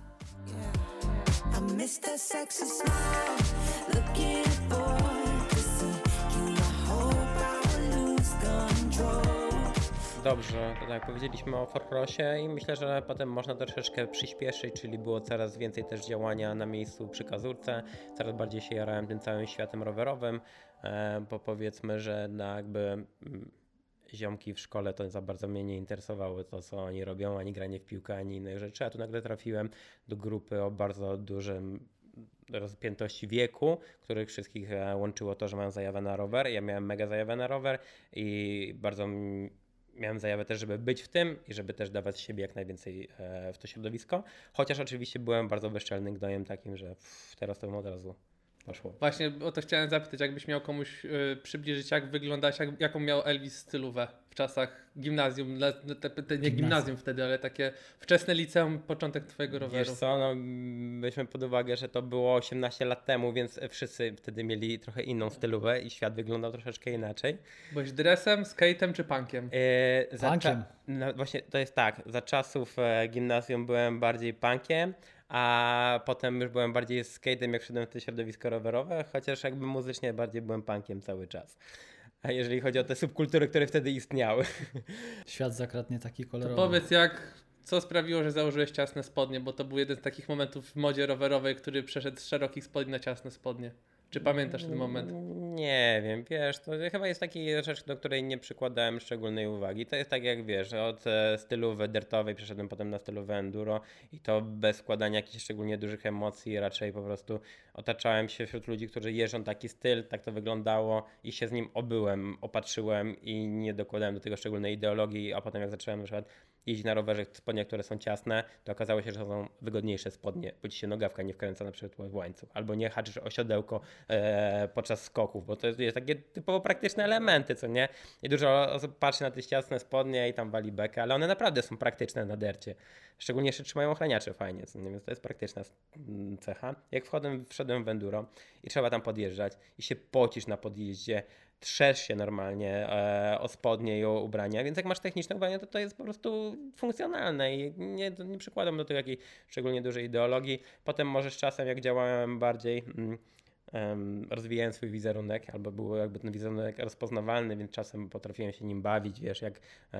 I miss that sexy smile, looking forward to see you. I hope I will lose control. Dobrze, to tak, powiedzieliśmy o four-crossie i myślę, że potem można troszeczkę przyspieszyć, czyli było coraz więcej też działania na miejscu przy Kazurce, coraz bardziej się jarałem tym całym światem rowerowym, bo powiedzmy, że jakby ziomki w szkole to za bardzo mnie nie interesowało to, co oni robią, ani granie w piłkę, ani inne rzeczy, a tu nagle trafiłem do grupy o bardzo dużym rozpiętości wieku, których wszystkich łączyło to, że mam zajawę na rower. Ja miałem mega zajawę na rower i bardzo miałem zajawę też, żeby być w tym i żeby też dawać z siebie jak najwięcej w to środowisko. Chociaż oczywiście byłem bardzo bezczelnym gnojem takim, że teraz to bym od razu poszło. Właśnie o to chciałem zapytać, jakbyś miał komuś przybliżyć, jak wyglądać, jaką miał Elvis stylówę w czasach gimnazjum, nie gimnazjum wtedy, ale takie wczesne liceum, początek twojego roweru. Wiesz co, no weźmy pod uwagę, że to było 18 lat temu, więc wszyscy wtedy mieli trochę inną stylówę i świat wyglądał troszeczkę inaczej. Byłeś dresem, skatem czy punkiem? Punkiem. No właśnie to jest tak, za czasów gimnazjum byłem bardziej punkiem, a potem już byłem bardziej skatem, jak wszedłem w to środowisko rowerowe, chociaż jakby muzycznie bardziej byłem punkiem cały czas. A jeżeli chodzi o te subkultury, które wtedy istniały. Świat zakradnie taki To kolorowy. powiedz co sprawiło, że założyłeś ciasne spodnie, bo to był jeden z takich momentów w modzie rowerowej, który przeszedł z szerokich spodni na ciasne spodnie. Czy pamiętasz ten moment? Nie wiem, wiesz, to chyba jest taki rzecz, do której nie przykładałem szczególnej uwagi. To jest tak jak wiesz, od stylu dertowej przeszedłem potem na stylówę enduro i to bez wkładania jakichś szczególnie dużych emocji, raczej po prostu otaczałem się wśród ludzi, którzy jeżdżą taki styl, tak to wyglądało i się z nim obyłem, opatrzyłem i nie dokładałem do tego szczególnej ideologii, a potem jak zacząłem na przykład jeździć na rowerze w spodniach, które są ciasne, to okazało się, że to są wygodniejsze spodnie, bo ci się nogawka nie wkręca na przykład w łańcuch, albo nie haczysz o siodełko podczas skoków, bo to jest takie typowo praktyczne elementy, co nie? I dużo osób patrzy na te ciasne spodnie i tam wali bekę, ale one naprawdę są praktyczne na dercie. Szczególnie jeszcze trzymają ochraniacze fajnie, co nie? Więc to jest praktyczna cecha. Jak wszedłem w enduro i trzeba tam podjeżdżać i się pocisz na podjeździe, trzesz się normalnie o spodnie i o ubrania, więc jak masz techniczne ubrania, to jest po prostu funkcjonalne i nie przykładam do tego jakiejś szczególnie dużej ideologii. Potem może z czasem, jak działałem bardziej rozwijałem swój wizerunek, albo był jakby ten wizerunek rozpoznawalny, więc czasem potrafiłem się nim bawić, wiesz, jak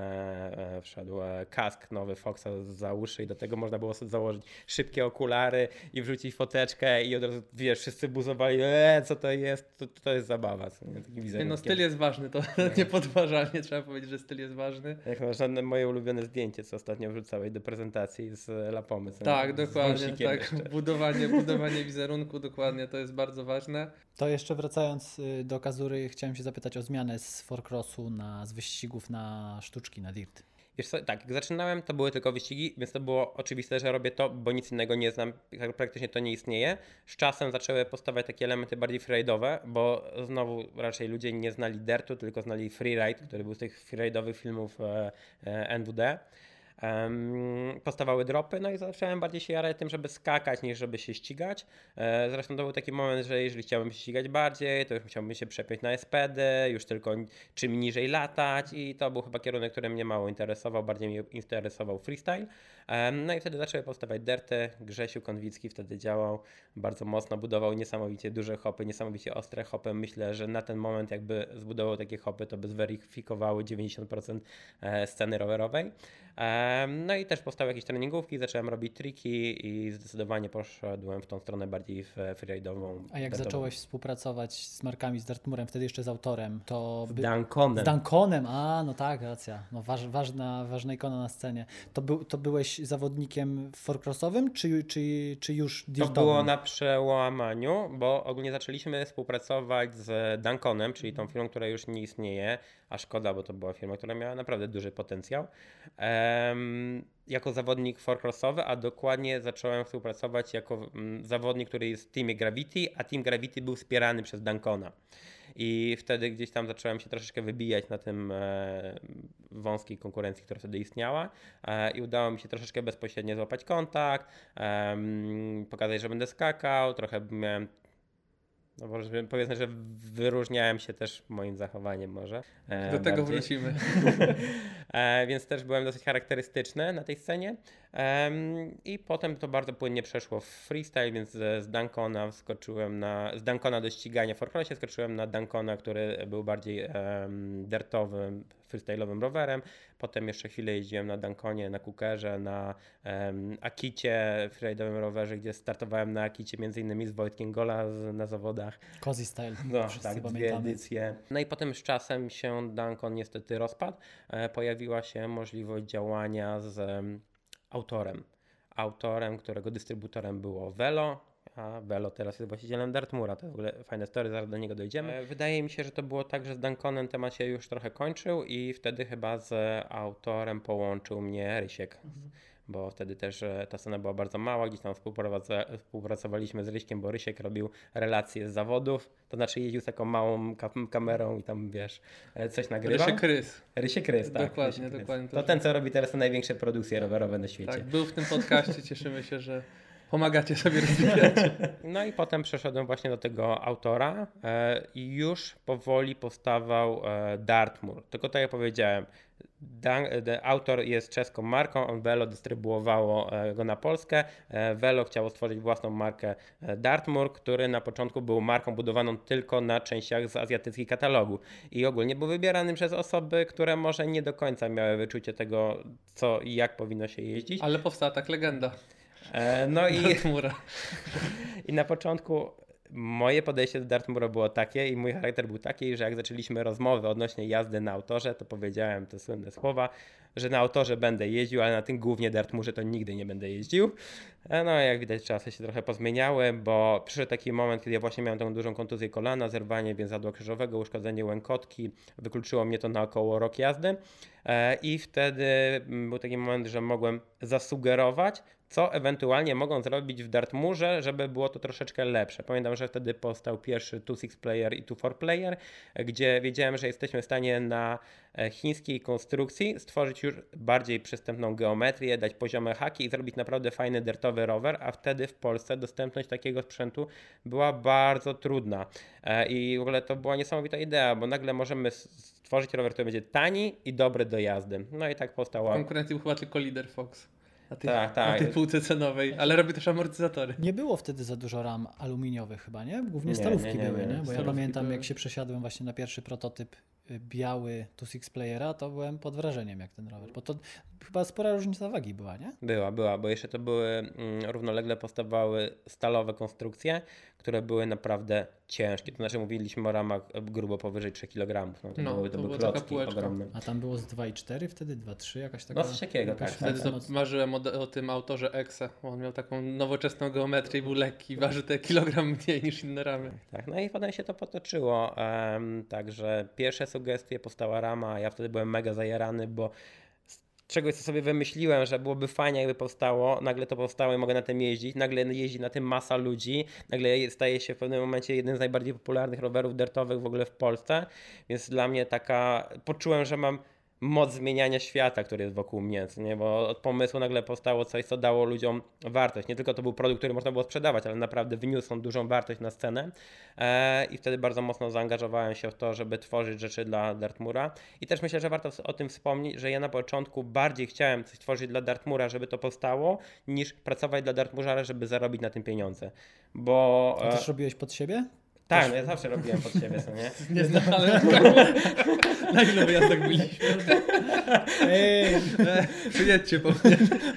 wszedł kask nowy Foxa za uszy i do tego można było sobie założyć szybkie okulary i wrzucić foteczkę i od razu, wiesz, wszyscy buzowali, co to jest, to jest zabawa. Taki wizerunek. No styl jest ważny, to niepodważalnie trzeba powiedzieć, że styl jest ważny. Jak masz moje ulubione zdjęcie, co ostatnio wrzucałeś do prezentacji z Lapomy. Tak, z dokładnie, wąsikiem tak. jeszcze. Budowanie wizerunku, dokładnie, to jest bardzo ważne. To jeszcze wracając do Kazury, chciałem się zapytać o zmianę z four-crossu z wyścigów na sztuczki, na dirt. Wiesz co, tak, jak zaczynałem, to były tylko wyścigi, więc to było oczywiste, że robię to, bo nic innego nie znam, praktycznie to nie istnieje. Z czasem zaczęły powstawać takie elementy bardziej freeride'owe, bo znowu raczej ludzie nie znali dirtu, tylko znali freeride, który był z tych freeride'owych filmów NWD. Powstawały dropy, no i zacząłem bardziej się jarać tym, żeby skakać niż żeby się ścigać. Zresztą to był taki moment, że jeżeli chciałbym się ścigać bardziej, to już musiałbym się przepiąć na SPD, już tylko czym niżej latać i to był chyba kierunek, który mnie mało interesował, bardziej mnie interesował freestyle. No i wtedy zaczęły powstawać dirty, Grzesiu Konwicki wtedy działał bardzo mocno, budował niesamowicie duże hopy, niesamowicie ostre hopy. Myślę, że na ten moment jakby zbudował takie hopy, to by zweryfikowały 90% sceny rowerowej. No i też powstały jakieś treningówki, zacząłem robić triki i zdecydowanie poszedłem w tą stronę bardziej freeride'ową. A jak zacząłeś współpracować z markami, z Dartmoorem, wtedy jeszcze z autorem, to... Z Dunconem. Z Dunconem, no tak, racja. No ważna ikona na scenie. To byłeś zawodnikiem four-crossowym, czy już dirtowym? To było na przełamaniu, bo ogólnie zaczęliśmy współpracować z Dunconem, czyli tą firmą, która już nie istnieje, a szkoda, bo to była firma, która miała naprawdę duży potencjał. Jako zawodnik four-crossowy, a dokładnie zacząłem współpracować jako zawodnik, który jest w teamie Gravity, a team Gravity był wspierany przez Duncona. I wtedy gdzieś tam zacząłem się troszeczkę wybijać na tym wąskiej konkurencji, która wtedy istniała i udało mi się troszeczkę bezpośrednio złapać kontakt, pokazać, że będę skakał, trochę miałem, no może powiedzmy, że wyróżniałem się też moim zachowaniem może. Do tego wrócimy. Więc też byłem dosyć charakterystyczny na tej scenie i potem to bardzo płynnie przeszło w freestyle, więc z Duncona z Duncona do ścigania w four-crossie skoczyłem na Duncona, który był bardziej dirtowym, freestyle'owym rowerem. Potem jeszcze chwilę jeździłem na Dunconie, na Cookerze, na Akicie, freeride'owym rowerze, gdzie startowałem na Akicie między innymi z Wojtkiem Gola na zawodach. Cozy Style, No, wszyscy tak, 2 pamiętamy. edycje. No i potem z czasem się Duncon niestety rozpadł. Pojawiła się możliwość działania z autorem, którego dystrybutorem było Velo, a Velo teraz jest właścicielem Dartmoora. To jest w ogóle fajne story, zaraz do niego dojdziemy. Wydaje mi się, że to było tak, że z Dunconem temat się już trochę kończył i wtedy chyba z autorem połączył mnie Rysiek. bo wtedy też ta scena była bardzo mała, gdzieś tam współpracowaliśmy z Ryśkiem, bo Rysiek robił relacje z zawodów, to znaczy jeździł z taką małą kamerą i tam wiesz, coś nagrywał. Rysiek Rys, tak. Dokładnie, dokładnie. To ten, co robi teraz te największe produkcje rowerowe na świecie. Tak, był w tym podcaście, cieszymy się, że pomagacie sobie rozwijać. No i potem przeszedłem właśnie do tego autora i już powoli powstawał Dartmoor. Tylko tak jak powiedziałem, autor jest czeską marką, on Velo dystrybuowało go na Polskę. Velo chciało stworzyć własną markę Dartmoor, który na początku był marką budowaną tylko na częściach z azjatyckich katalogu i ogólnie był wybierany przez osoby, które może nie do końca miały wyczucie tego, co i jak powinno się jeździć. Ale powstała tak legenda. No i Dartmoora. I na początku moje podejście do Dartmoora było takie i mój charakter był taki, że jak zaczęliśmy rozmowę odnośnie jazdy na autorze, to powiedziałem te słynne słowa, że na autorze będę jeździł, ale na tym głównie Dartmoorze to nigdy nie będę jeździł. No jak widać czasy się trochę pozmieniały, bo przyszedł taki moment, kiedy ja właśnie miałem tą dużą kontuzję kolana, zerwanie więzadła krzyżowego, uszkodzenie łękotki, wykluczyło mnie to na około rok jazdy i wtedy był taki moment, że mogłem zasugerować, co ewentualnie mogą zrobić w Dartmoorze, żeby było to troszeczkę lepsze. Pamiętam, że wtedy powstał pierwszy 2.6 player i 2.4 player, gdzie wiedziałem, że jesteśmy w stanie na chińskiej konstrukcji stworzyć już bardziej przystępną geometrię, dać poziome haki i zrobić naprawdę fajny dertowy rower, a wtedy w Polsce dostępność takiego sprzętu była bardzo trudna. I w ogóle to była niesamowita idea, bo nagle możemy stworzyć rower, który będzie tani i dobry do jazdy. No i tak powstała. Konkurencji był chyba tylko Leader Fox. Tak. Na tej półce cenowej, ale robi też amortyzatory. Nie było wtedy za dużo ram aluminiowych chyba, nie? Głównie Nie, stalówki nie, były, nie? Bo ja Stalówki pamiętam, były. jak się przesiadłem właśnie na pierwszy prototyp biały 2.6 playera, to byłem pod wrażeniem jak ten rower, bo to chyba spora różnica wagi była, nie? Była, bo jeszcze to były równolegle powstawały stalowe konstrukcje, które były naprawdę ciężkie. To znaczy mówiliśmy o ramach grubo powyżej 3 kg. No, to były była taka klocki półeczka. ogromne. A tam było z 2,4 wtedy, 2,3 jakaś taka... No coś takiego, jakaś tak. Wtedy to moc- marzyłem o tym autorze Exe, bo on miał taką nowoczesną geometrię i był lekki, waży te kilogram mniej niż inne ramy. Tak, no i potem się to potoczyło. Także pierwsze sugestie, powstała rama, ja wtedy byłem mega zajarany, bo z czegoś, co sobie wymyśliłem, że byłoby fajnie, jakby powstało, nagle to powstało i mogę na tym jeździć, nagle jeździ na tym masa ludzi, nagle staje się w pewnym momencie jednym z najbardziej popularnych rowerów dertowych w ogóle w Polsce, więc dla mnie poczułem, że mam moc zmieniania świata, który jest wokół mnie, nie? Bo od pomysłu nagle powstało coś, co dało ludziom wartość. Nie tylko to był produkt, który można było sprzedawać, ale naprawdę wniósł on dużą wartość na scenę i wtedy bardzo mocno zaangażowałem się w to, żeby tworzyć rzeczy dla Dartmoora i też myślę, że warto o tym wspomnieć, że ja na początku bardziej chciałem coś tworzyć dla Dartmoora, żeby to powstało, niż pracować dla Dartmoora, żeby zarobić na tym pieniądze. Bo... A też robiłeś pod siebie? Tak, no ja zawsze robiłem pod siebie, co nie? Nie znam, ale na ilu wyjazdach byliśmy? Ej, Przyjedźcie po mnie.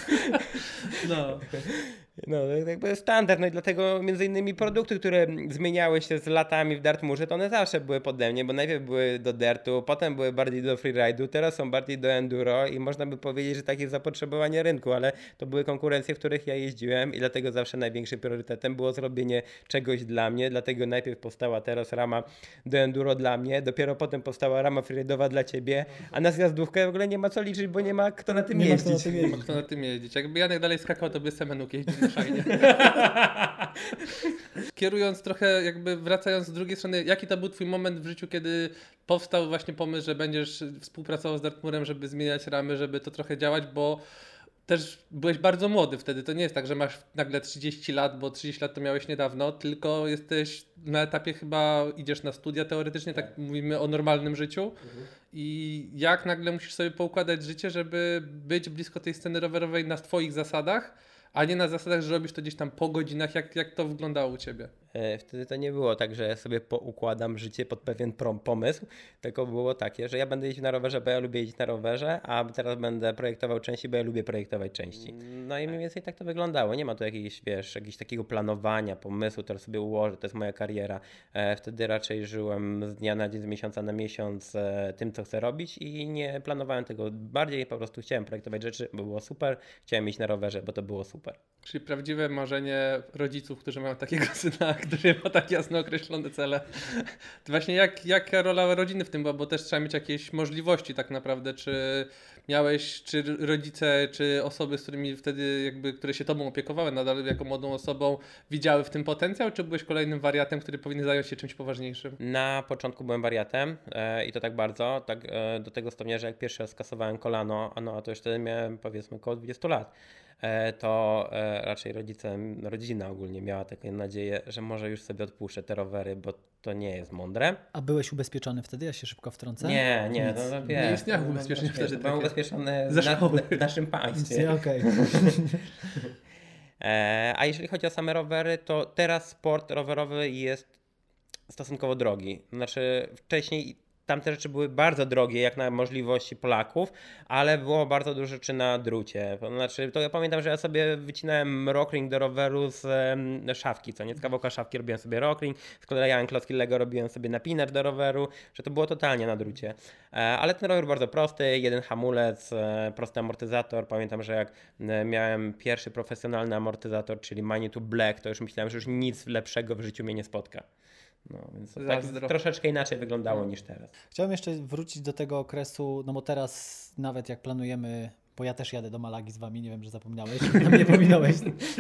No. No, jakby standard, no i dlatego między innymi produkty, które zmieniały się z latami w Dartmoorze, to one zawsze były pode mnie, bo najpierw były do dirtu, potem były bardziej do freeride'u, teraz są bardziej do enduro i można by powiedzieć, że takie jest zapotrzebowanie rynku, ale to były konkurencje, w których ja jeździłem i dlatego zawsze największym priorytetem było zrobienie czegoś dla mnie, dlatego najpierw powstała teraz rama do enduro dla mnie, dopiero potem powstała rama freeride'owa dla ciebie, a na zjazdówkę w ogóle nie ma co liczyć, bo nie ma kto na tym nie ma jeździć. kto na tym jeździć. Kto na tym jeździć? Jakby Janek dalej skakał, to by Semenuk jeździł na szajnie. Kierując trochę, jakby wracając z drugiej strony, jaki to był twój moment w życiu, kiedy powstał właśnie pomysł, że będziesz współpracował z Dartmoorem, żeby zmieniać ramy, żeby to trochę działać, bo też byłeś bardzo młody wtedy. To nie jest tak, że masz nagle 30 lat, bo 30 lat to miałeś niedawno, tylko jesteś na etapie chyba idziesz na studia teoretycznie, tak mówimy o normalnym życiu. I jak nagle musisz sobie poukładać życie, żeby być blisko tej sceny rowerowej na twoich zasadach, a nie na zasadach, że robisz to gdzieś tam po godzinach, jak to wyglądało u ciebie? Wtedy to nie było tak, że ja sobie poukładam życie pod pewien pomysł, tylko było takie, że ja będę jeździł na rowerze, bo ja lubię jeździć na rowerze, a teraz będę projektował części, bo ja lubię projektować części. No i mniej więcej tak to wyglądało. Nie ma tu jakiegoś takiego planowania, pomysłu, teraz sobie ułożę, to jest moja kariera. Wtedy raczej żyłem z dnia na dzień, z miesiąca na miesiąc tym, co chcę robić i nie planowałem tego bardziej, po prostu chciałem projektować rzeczy, bo było super, chciałem iść na rowerze, bo to było super. Czyli prawdziwe marzenie rodziców, którzy mają takiego syna jak który ma tak jasno określone cele. To właśnie jaka rola rodziny w tym była, bo też trzeba mieć jakieś możliwości tak naprawdę, czy rodzice, czy osoby, z którymi wtedy jakby, które się tobą opiekowały nadal jako młodą osobą, widziały w tym potencjał, czy byłeś kolejnym wariatem, który powinien zająć się czymś poważniejszym? Na początku byłem wariatem i to tak bardzo, do tego stopnia, że jak pierwszy raz skasowałem kolano, a to już wtedy miałem powiedzmy około 20 lat, to raczej rodzina ogólnie miała taką nadzieję, że może już sobie odpuszczę te rowery, bo to nie jest mądre. A byłeś ubezpieczony wtedy? Ja się szybko wtrącę. Nie, Nic. no wiesz. Nie istniało ubezpieczenia wtedy. Byłem ubezpieczony Ze szkoły. w naszym państwie. Nie, okej. A jeżeli chodzi o same rowery, to teraz sport rowerowy jest stosunkowo drogi. Znaczy wcześniej tamte rzeczy były bardzo drogie, jak na możliwości Polaków, ale było bardzo dużo rzeczy na drucie. Znaczy, to ja pamiętam, że ja sobie wycinałem rockring do roweru z szafki, co nie? Z kawałka szafki robiłem sobie rockring, sklejałem klocki Lego, robiłem sobie napinacz do roweru, że to było totalnie na drucie. Ale ten rower bardzo prosty, jeden hamulec, prosty amortyzator. Pamiętam, że jak miałem pierwszy profesjonalny amortyzator, czyli Manitou Black, to już myślałem, że już nic lepszego w życiu mnie nie spotka. No, więc to tak troszeczkę inaczej wyglądało niż teraz. Chciałem jeszcze wrócić do tego okresu, no bo teraz nawet jak planujemy, bo ja też jadę do Malagi z wami, nie wiem, że zapomniałeś, nie pominąłeś,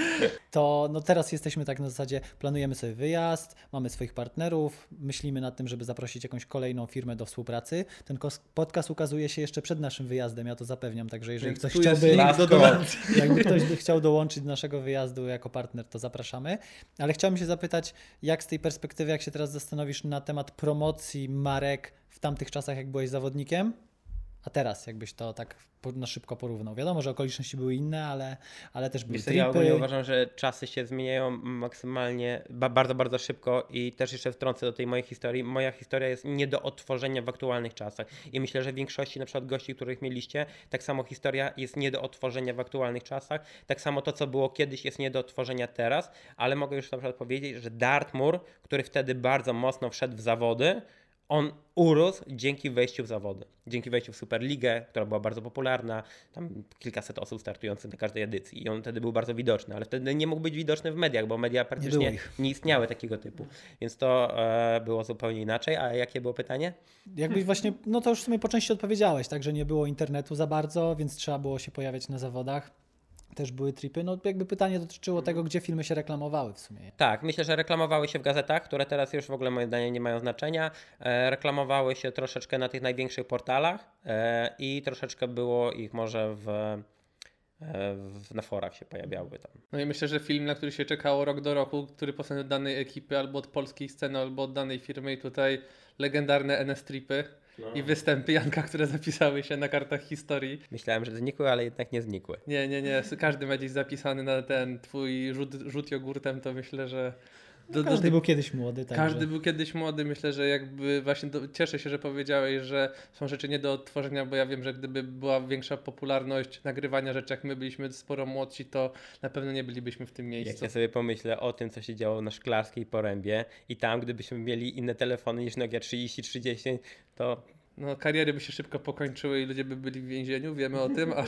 to no teraz jesteśmy tak na zasadzie, planujemy sobie wyjazd, mamy swoich partnerów, myślimy nad tym, żeby zaprosić jakąś kolejną firmę do współpracy. Ten podcast ukazuje się jeszcze przed naszym wyjazdem, ja to zapewniam, także jeżeli ktoś chciałby, jakby ktoś by chciał dołączyć do naszego wyjazdu jako partner, to zapraszamy. Ale chciałem się zapytać, jak z tej perspektywy, jak się teraz zastanowisz na temat promocji marek w tamtych czasach, jak byłeś zawodnikiem, a teraz jakbyś to tak na szybko porównał. Wiadomo, że okoliczności były inne, ale też były tripy. Ja ogólnie uważam, że czasy się zmieniają maksymalnie, bardzo, bardzo szybko i też jeszcze wtrącę do tej mojej historii. Moja historia jest nie do odtworzenia w aktualnych czasach i myślę, że w większości na przykład gości, których mieliście, tak samo historia jest nie do odtworzenia w aktualnych czasach, tak samo to, co było kiedyś, jest nie do odtworzenia teraz, ale mogę już na przykład powiedzieć, że Dartmoor, który wtedy bardzo mocno wszedł w zawody, on urósł dzięki wejściu w zawody. Dzięki wejściu w Superligę, która była bardzo popularna, tam kilkaset osób startujących na każdej edycji i on wtedy był bardzo widoczny, ale wtedy nie mógł być widoczny w mediach, bo media praktycznie nie istniały takiego typu, więc to było zupełnie inaczej. A jakie było pytanie? Jakbyś właśnie, no to już w sumie po części odpowiedziałeś, tak, że nie było internetu za bardzo, więc trzeba było się pojawiać na zawodach. Też były tripy. No jakby pytanie dotyczyło tego, gdzie filmy się reklamowały w sumie. Tak, myślę, że reklamowały się w gazetach, które teraz już w ogóle moim zdaniem nie mają znaczenia. Reklamowały się troszeczkę na tych największych portalach i troszeczkę było ich może na forach się pojawiały tam. No i myślę, że film, na który się czekało rok do roku, który powstał od danej ekipy, albo od polskiej sceny, albo od danej firmy i tutaj legendarne NS-tripy. I występy Janka, które zapisały się na kartach historii. Myślałem, że znikły, ale jednak nie znikły. Nie. Każdy ma gdzieś zapisany na ten twój rzut jogurtem, to myślę, że... Każdy był kiedyś młody. Każdy był kiedyś młody. Myślę, że jakby właśnie cieszę się, że powiedziałeś, że są rzeczy nie do odtworzenia, bo ja wiem, że gdyby była większa popularność nagrywania rzeczy, jak my byliśmy sporo młodsi, to na pewno nie bylibyśmy w tym miejscu. Jak ja sobie pomyślę o tym, co się działo na Szklarskiej Porębie i tam, gdybyśmy mieli inne telefony niż Nokia 3030, to... No, kariery by się szybko pokończyły i ludzie by byli w więzieniu, wiemy o tym,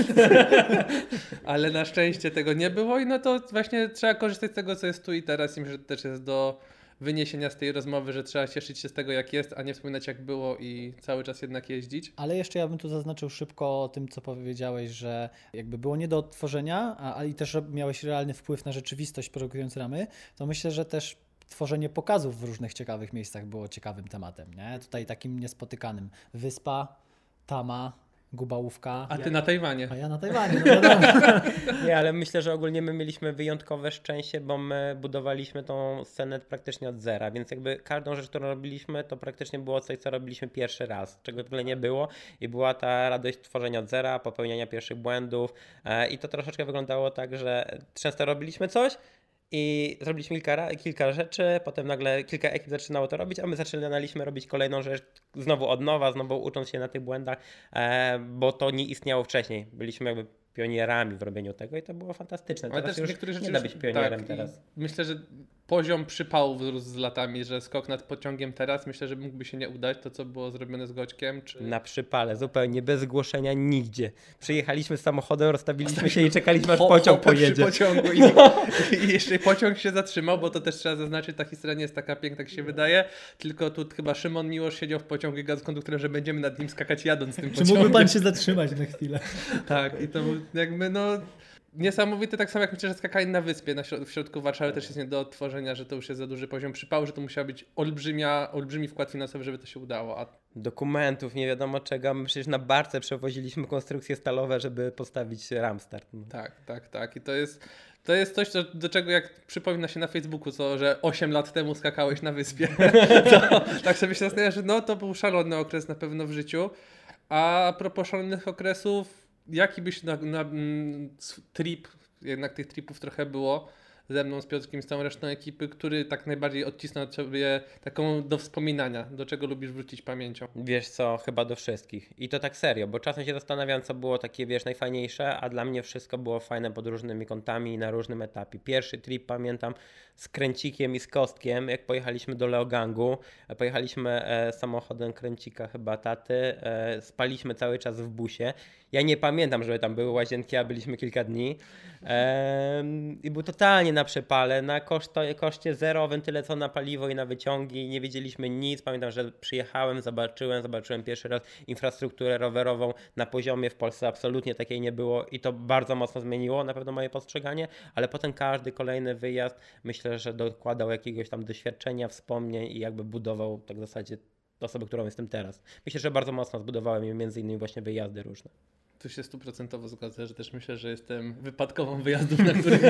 ale na szczęście tego nie było i no to właśnie trzeba korzystać z tego, co jest tu i teraz i myślę, że to też jest do wyniesienia z tej rozmowy, że trzeba cieszyć się z tego, jak jest, a nie wspominać, jak było i cały czas jednak jeździć. Ale jeszcze ja bym tu zaznaczył szybko o tym, co powiedziałeś, że jakby było nie do odtworzenia, ale i też miałeś realny wpływ na rzeczywistość, produkując ramy, to myślę, że też tworzenie pokazów w różnych ciekawych miejscach było ciekawym tematem, nie? Tutaj takim niespotykanym. Wyspa, Tama, Gubałówka. A ty na Tajwanie. A ja na Tajwanie, no wiadomo. Nie, ale myślę, że ogólnie my mieliśmy wyjątkowe szczęście, bo my budowaliśmy tą scenę praktycznie od zera, więc jakby każdą rzecz, którą robiliśmy, to praktycznie było coś, co robiliśmy pierwszy raz, czego w ogóle nie było i była ta radość tworzenia od zera, popełniania pierwszych błędów i to troszeczkę wyglądało tak, że często robiliśmy coś, i zrobiliśmy kilka rzeczy, potem nagle kilka ekip zaczynało to robić, a my zaczynaliśmy robić kolejną rzecz znowu od nowa, znowu ucząc się na tych błędach, bo to nie istniało wcześniej. Byliśmy jakby pionierami w robieniu tego i to było fantastyczne. Ale teraz też już niektóre rzeczy nie da być pionierem tak, teraz. Myślę, że poziom przypału wzrósł z latami, że skok nad pociągiem teraz myślę, że mógłby się nie udać, to co było zrobione z Goćkiem. Czy... Na przypale, zupełnie bez zgłoszenia nigdzie. Przyjechaliśmy z samochodem, rozstawiliśmy się i czekaliśmy, aż pociąg Hopę przy pojedzie. pociągu i jeszcze pociąg się zatrzymał, bo to też trzeba zaznaczyć, ta historia nie jest taka piękna, jak się wydaje, tylko tu chyba Szymon Miłosz siedział w pociągu i gadał z konduktorem, że będziemy nad nim skakać jadąc tym Czy pociągiem. mógłby pan się zatrzymać na chwilę? Tak, i to był jakby niesamowite, tak samo jak myślę, że skakanie na wyspie w środku Warszawy też jest nie do odtworzenia, że to już jest za duży poziom przypału, że to musiał być olbrzymi wkład finansowy, żeby to się udało. Dokumentów, nie wiadomo czego. My przecież na barce przewoziliśmy konstrukcje stalowe, żeby postawić ramstart. No. Tak. I to jest coś, do czego jak przypomina się na Facebooku, że 8 lat temu skakałeś na wyspie. To, tak sobie się zastanawiam, że to był szalony okres na pewno w życiu. A propos szalonych okresów, jaki byś trip, jednak tych tripów trochę było ze mną, z Piotrkiem, z całą resztą ekipy, który tak najbardziej odcisnął od ciebie taką do wspominania, do czego lubisz wrócić pamięcią? Wiesz co, chyba do wszystkich. I to tak serio, bo czasem się zastanawiam, co było takie, najfajniejsze, a dla mnie wszystko było fajne pod różnymi kątami i na różnym etapie. Pierwszy trip pamiętam z Kręcikiem i z Kostkiem, jak pojechaliśmy do Leogangu. Pojechaliśmy samochodem Kręcika, chyba taty, spaliśmy cały czas w busie. Ja nie pamiętam, żeby tam były łazienki, a byliśmy kilka dni. I był totalnie na przepale, na koszcie zero, wentyle co na paliwo i na wyciągi. Nie wiedzieliśmy nic. Pamiętam, że przyjechałem, zobaczyłem pierwszy raz infrastrukturę rowerową na poziomie. W Polsce absolutnie takiej nie było i to bardzo mocno zmieniło na pewno moje postrzeganie, ale potem każdy kolejny wyjazd myślę, że dokładał jakiegoś tam doświadczenia, wspomnień i jakby budował tak w zasadzie osobę, którą jestem teraz. Myślę, że bardzo mocno zbudowałem je między innymi właśnie wyjazdy różne. Tu się 100% zgodzę, że też myślę, że jestem wypadkową wyjazdów, na których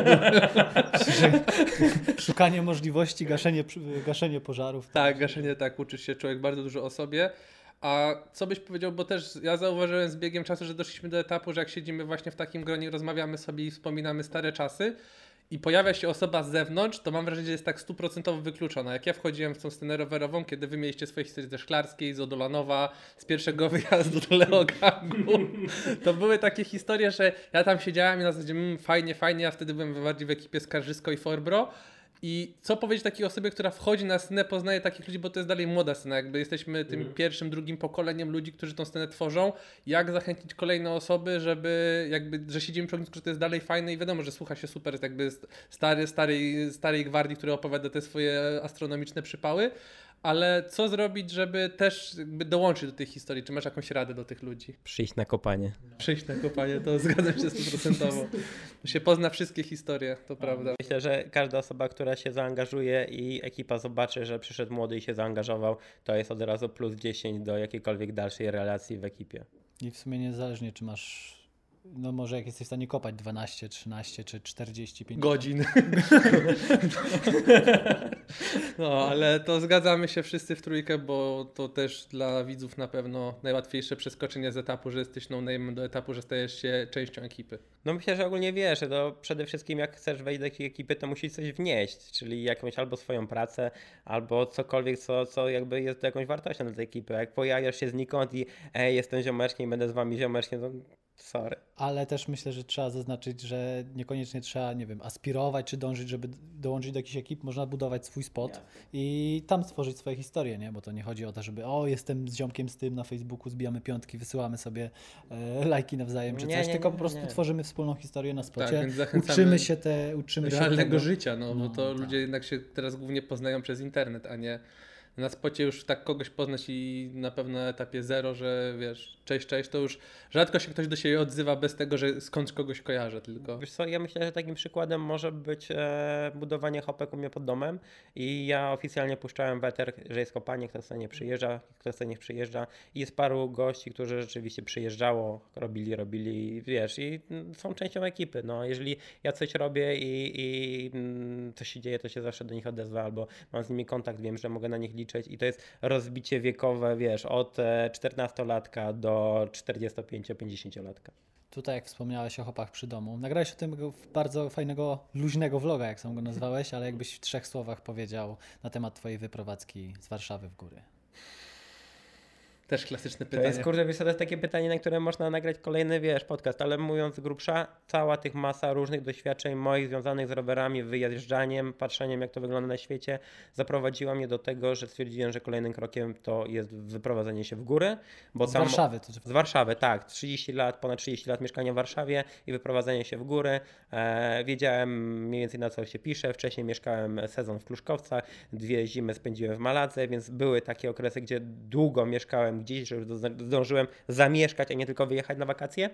Szukanie możliwości, gaszenie pożarów. Tak, gaszenie, tak, uczy się człowiek bardzo dużo o sobie. A co byś powiedział, bo też ja zauważyłem z biegiem czasu, że doszliśmy do etapu, że jak siedzimy właśnie w takim gronie, rozmawiamy sobie i wspominamy stare czasy i pojawia się osoba z zewnątrz, to mam wrażenie, że jest tak 100% wykluczona. Jak ja wchodziłem w tą scenę rowerową, kiedy wy mieliście swoje historie ze Szklarskiej, z Odolanowa, z pierwszego wyjazdu do Leogangu, to były takie historie, że ja tam siedziałem i na zasadzie fajnie, ja wtedy byłem bardziej w ekipie Skarżysko i Forbro. I co powiedzieć takiej osobie, która wchodzi na scenę, poznaje takich ludzi, bo to jest dalej młoda scena, jakby jesteśmy tym pierwszym, drugim pokoleniem ludzi, którzy tą scenę tworzą. Jak zachęcić kolejne osoby, że siedzimy przy ognisku, że to jest dalej fajne i wiadomo, że słucha się super, jest jakby starej gwardii, która opowiada te swoje astronomiczne przypały. Ale co zrobić, żeby też jakby dołączyć do tej historii? Czy masz jakąś radę do tych ludzi? Przyjść na kopanie. Przyjść na kopanie, to zgadzam się 100%. To się pozna wszystkie historie, to prawda. Myślę, że każda osoba, która się zaangażuje i ekipa zobaczy, że przyszedł młody i się zaangażował, to jest od razu plus 10 do jakiejkolwiek dalszej relacji w ekipie. I w sumie niezależnie, czy masz, może jak jesteś w stanie kopać 12, 13 czy 45 godzin. No, ale to zgadzamy się wszyscy w trójkę, bo to też dla widzów na pewno najłatwiejsze przeskoczenie z etapu, że jesteś no-name do etapu, że stajesz się częścią ekipy. No myślę, że ogólnie wiesz, że to przede wszystkim jak chcesz wejść do jakiej ekipy, to musisz coś wnieść, czyli jakąś albo swoją pracę, albo cokolwiek, co jakby jest jakąś wartością dla tej ekipy. Jak pojawiasz się znikąd i jestem ziomeczkiem i będę z wami ziomeczkiem, to sorry. Ale też myślę, że trzeba zaznaczyć, że niekoniecznie trzeba, aspirować czy dążyć, żeby dołączyć do jakiejś ekip. Można budować swój spot i tam stworzyć swoje historie, nie? Bo to nie chodzi o to, żeby jestem z ziomkiem z tym na Facebooku, zbijamy piątki, wysyłamy sobie lajki nawzajem czy coś, tylko po prostu tworzymy wspólną historię na spocie. Tak, więc zachęcamy uczymy się realnego życia, bo to tak. ludzie jednak się teraz głównie poznają przez internet, a nie na spocie już tak kogoś poznać i na pewno na etapie 0, że wiesz, cześć, to już rzadko się ktoś do siebie odzywa bez tego, że skądś kogoś kojarzę tylko. Wiesz co, ja myślę, że takim przykładem może być budowanie hopek u mnie pod domem i ja oficjalnie puszczałem weter, że jest kopanie, kto chce nie przyjeżdża, kto chce niech przyjeżdża i jest paru gości, którzy rzeczywiście przyjeżdżało, robili, wiesz, i są częścią ekipy. No, jeżeli ja coś robię i coś się dzieje, to się zawsze do nich odezwę albo mam z nimi kontakt, wiem, że mogę na nich liczyć i to jest rozbicie wiekowe, wiesz, od 14-latka do 45-50-latka. Tutaj jak wspomniałeś o hopach przy domu, nagrałeś o tym bardzo fajnego, luźnego vloga, jak sam go nazwałeś, ale jakbyś w 3 słowach powiedział na temat twojej wyprowadzki z Warszawy w góry. Też klasyczne To pytanie. jest, kurde, wiesz, to jest takie pytanie, na które można nagrać kolejny, podcast, ale mówiąc z grubsza, cała tych masa różnych doświadczeń moich związanych z rowerami, wyjeżdżaniem, patrzeniem, jak to wygląda na świecie, zaprowadziła mnie do tego, że stwierdziłem, że kolejnym krokiem to jest wyprowadzenie się w góry, bo Z tam... Warszawy. To Z Warszawy, tak. Ponad 30 lat mieszkania w Warszawie i wyprowadzenie się w góry. Wiedziałem mniej więcej, na co się pisze. Wcześniej mieszkałem sezon w Kluszkowcach, 2 zimy spędziłem w Maladze, więc były takie okresy, gdzie długo mieszkałem gdzieś, że już zdążyłem zamieszkać, a nie tylko wyjechać na wakacje.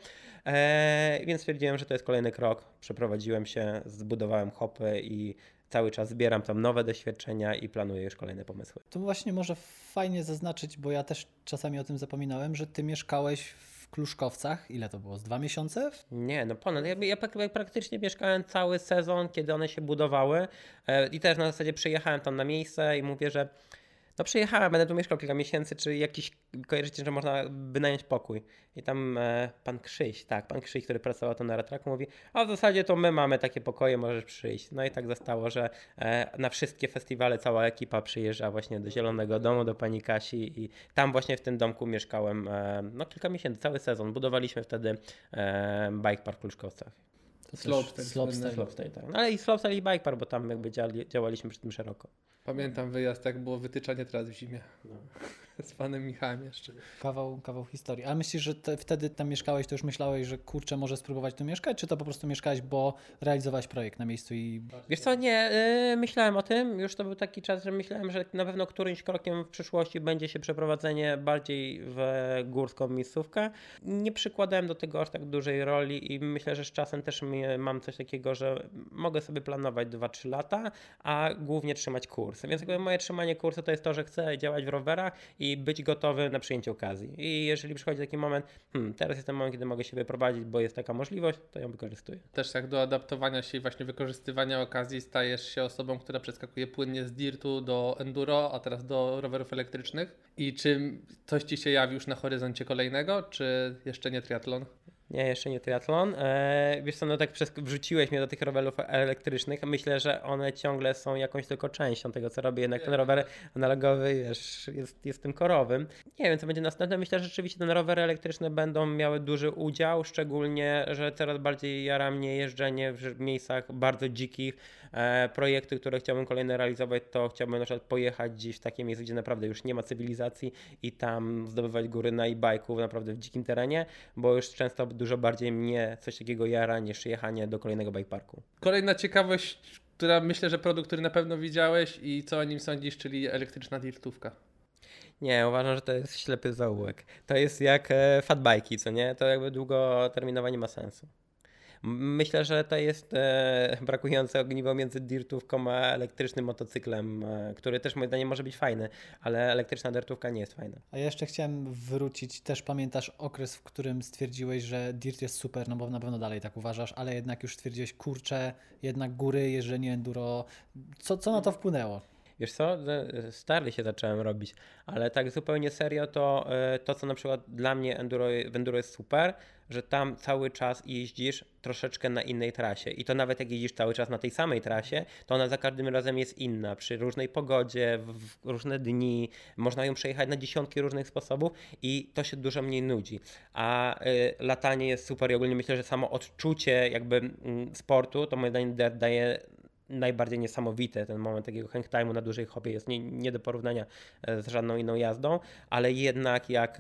Więc stwierdziłem, że to jest kolejny krok. Przeprowadziłem się, zbudowałem hopy i cały czas zbieram tam nowe doświadczenia i planuję już kolejne pomysły. To właśnie może fajnie zaznaczyć, bo ja też czasami o tym zapominałem, że ty mieszkałeś w Kluszkowcach. Ile to było? Z 2 miesiące? Nie, no ponad. Ja praktycznie mieszkałem cały sezon, kiedy one się budowały i też na zasadzie przyjechałem tam na miejsce i mówię, że no przyjechałem, będę tu mieszkał kilka miesięcy, czy jakiś, kojarzycie, że można wynająć pokój. I tam pan Krzyś, który pracował tam na Ratraku, mówi, a w zasadzie to my mamy takie pokoje, możesz przyjść. No i tak zostało, że na wszystkie festiwale cała ekipa przyjeżdża właśnie do Zielonego Domu, do pani Kasi i tam właśnie w tym domku mieszkałem no kilka miesięcy, cały sezon. Budowaliśmy wtedy bike park w Kluszkowcach. Slopestyle. Tak. No ale i slopestyle i bike park, bo tam jakby działaliśmy przy tym szeroko. Pamiętam wyjazd, jak było wytyczanie teraz w zimie. Z panem Michałem jeszcze. Kawał historii. Ale myślisz, że wtedy tam mieszkałeś, to już myślałeś, że kurczę, może spróbować tu mieszkać, czy to po prostu mieszkałeś, bo realizowałeś projekt na miejscu i... Wiesz co, nie, myślałem o tym, już to był taki czas, że myślałem, że na pewno którymś krokiem w przyszłości będzie się przeprowadzenie bardziej w górską miejscówkę. Nie przykładałem do tego aż tak dużej roli i myślę, że z czasem też mam coś takiego, że mogę sobie planować 2-3 lata, a głównie trzymać kursy. Więc jakby moje trzymanie kursu to jest to, że chcę działać w rowerach i być gotowy na przyjęcie okazji. I jeżeli przychodzi taki moment, teraz jest ten moment, kiedy mogę się wyprowadzić, bo jest taka możliwość, to ją wykorzystuję. Też tak do adaptowania się i właśnie wykorzystywania okazji stajesz się osobą, która przeskakuje płynnie z dirtu do enduro, a teraz do rowerów elektrycznych. I czy coś ci się jawi już na horyzoncie kolejnego, czy jeszcze nie triatlon? Nie, jeszcze nie triatlon. Wiesz co, no tak wrzuciłeś mnie do tych rowerów elektrycznych. Myślę, że one ciągle są jakąś tylko częścią tego, co robię. Jednak ten rower analogowy, wiesz, jest tym korowym. Nie wiem, co będzie następne. Myślę, że rzeczywiście te rowery elektryczne będą miały duży udział, szczególnie, że coraz bardziej jara mnie jeżdżenie w miejscach bardzo dzikich. Projekty, które chciałbym kolejne realizować, to chciałbym na przykład pojechać gdzieś w takie miejsce, gdzie naprawdę już nie ma cywilizacji i tam zdobywać góry na e-bike'u naprawdę w dzikim terenie, bo już często dużo bardziej mnie coś takiego jara niż jechanie do kolejnego bike parku. Kolejna ciekawość, która myślę, że produkt, który na pewno widziałeś i co o nim sądzisz, czyli elektryczna dirtówka. Nie, uważam, że to jest ślepy zaułek. To jest jak fatbajki, co nie? To jakby długoterminowo nie ma sensu. Myślę, że to jest brakujące ogniwo między dirtówką a elektrycznym motocyklem, który też moim zdaniem może być fajny, ale elektryczna dirtówka nie jest fajna. A ja jeszcze chciałem wrócić, też pamiętasz okres, w którym stwierdziłeś, że dirt jest super, no bo na pewno dalej tak uważasz, ale jednak już stwierdziłeś, kurczę, jednak góry, jeżdżenie enduro, co na to wpłynęło? Wiesz co, stary się zacząłem robić, ale tak zupełnie serio to co na przykład dla mnie w enduro jest super, że tam cały czas jeździsz troszeczkę na innej trasie i to nawet jak jeździsz cały czas na tej samej trasie, to ona za każdym razem jest inna, przy różnej pogodzie, w różne dni, można ją przejechać na dziesiątki różnych sposobów i to się dużo mniej nudzi, a latanie jest super i ogólnie myślę, że samo odczucie jakby sportu, to moim zdaniem daje najbardziej niesamowite. Ten moment takiego hang time'u na dużej hopie jest nie do porównania z żadną inną jazdą, ale jednak jak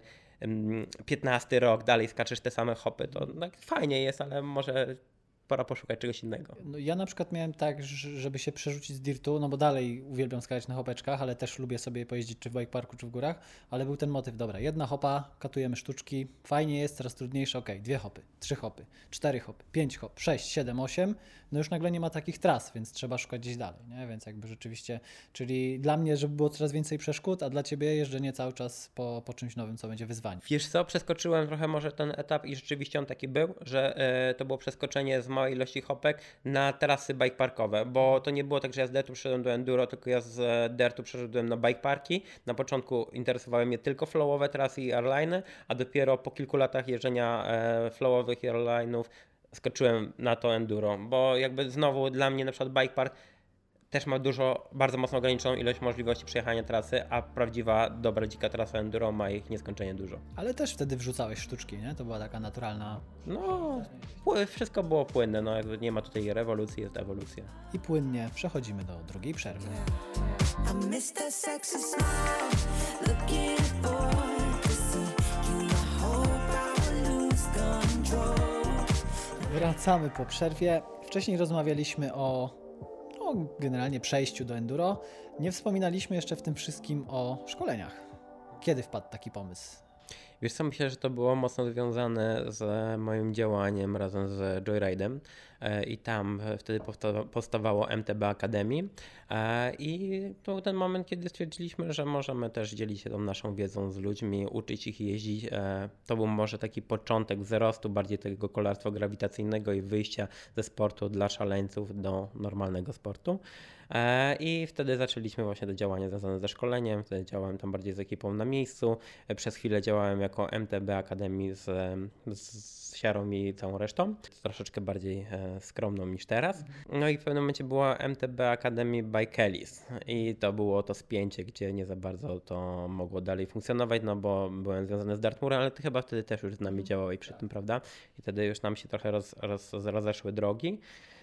15 rok dalej skaczesz te same hopy, to tak fajnie jest, ale może pora poszukać czegoś innego. No, ja na przykład miałem tak, żeby się przerzucić z dirtu, no bo dalej uwielbiam skakać na hopeczkach, ale też lubię sobie pojeździć czy w bike parku, czy w górach, ale był ten motyw, dobra, 1 hopa, katujemy sztuczki, fajnie jest, coraz trudniejsze, 2 hopy, 3 hopy, 4 hopy, 5 hop, 6, 7, 8, no już nagle nie ma takich tras, więc trzeba szukać gdzieś dalej, nie? Więc jakby rzeczywiście, czyli dla mnie, żeby było coraz więcej przeszkód, a dla Ciebie jeżdżenie cały czas po czymś nowym, co będzie wyzwanie. Wiesz co, przeskoczyłem trochę może ten etap i rzeczywiście on taki był, że to było przeskoczenie z małej ilości hopek na trasy bike parkowe, bo to nie było tak, że ja z dirtu przeszedłem do enduro, tylko ja z dirtu przeszedłem na bike parki. Na początku interesowały mnie tylko flowowe trasy i airline'y, a dopiero po kilku latach jeżdżenia flowowych i airline'ów skoczyłem na to enduro, bo jakby znowu dla mnie na przykład bike park też ma bardzo mocno ograniczoną ilość możliwości przejechania trasy, a prawdziwa, dobra, dzika trasa enduro ma ich nieskończenie dużo. Ale też wtedy wrzucałeś sztuczki, nie? To była taka naturalna No, wszystko było płynne, no jakby nie ma tutaj rewolucji, jest ewolucja. i płynnie przechodzimy do drugiej przerwy. I miss that sexy smile. Looking forward to see you. I hope I will lose control. Wracamy po przerwie. Wcześniej rozmawialiśmy o generalnie przejściu do enduro. Nie wspominaliśmy jeszcze w tym wszystkim o szkoleniach. Kiedy wpadł taki pomysł? Wiesz co, myślę, że to było mocno związane z moim działaniem razem z Joyride'em i tam wtedy powstawało MTB Academy i to był ten moment, kiedy stwierdziliśmy, że możemy też dzielić się tą naszą wiedzą z ludźmi, uczyć ich jeździć. To był może taki początek wzrostu bardziej tego kolarstwa grawitacyjnego i wyjścia ze sportu dla szaleńców do normalnego sportu. I wtedy zaczęliśmy właśnie to działanie związane ze szkoleniem, wtedy działałem tam bardziej z ekipą na miejscu, przez chwilę działałem jako MTB Academy z Siarą i całą resztą, troszeczkę bardziej skromną niż teraz. No i w pewnym momencie była MTB Academy by Kellys i to było to spięcie, gdzie nie za bardzo to mogło dalej funkcjonować, no bo byłem związany z Dartmoorem, ale ty chyba wtedy też już z nami działałeś przy tym, prawda? I wtedy już nam się trochę rozeszły drogi.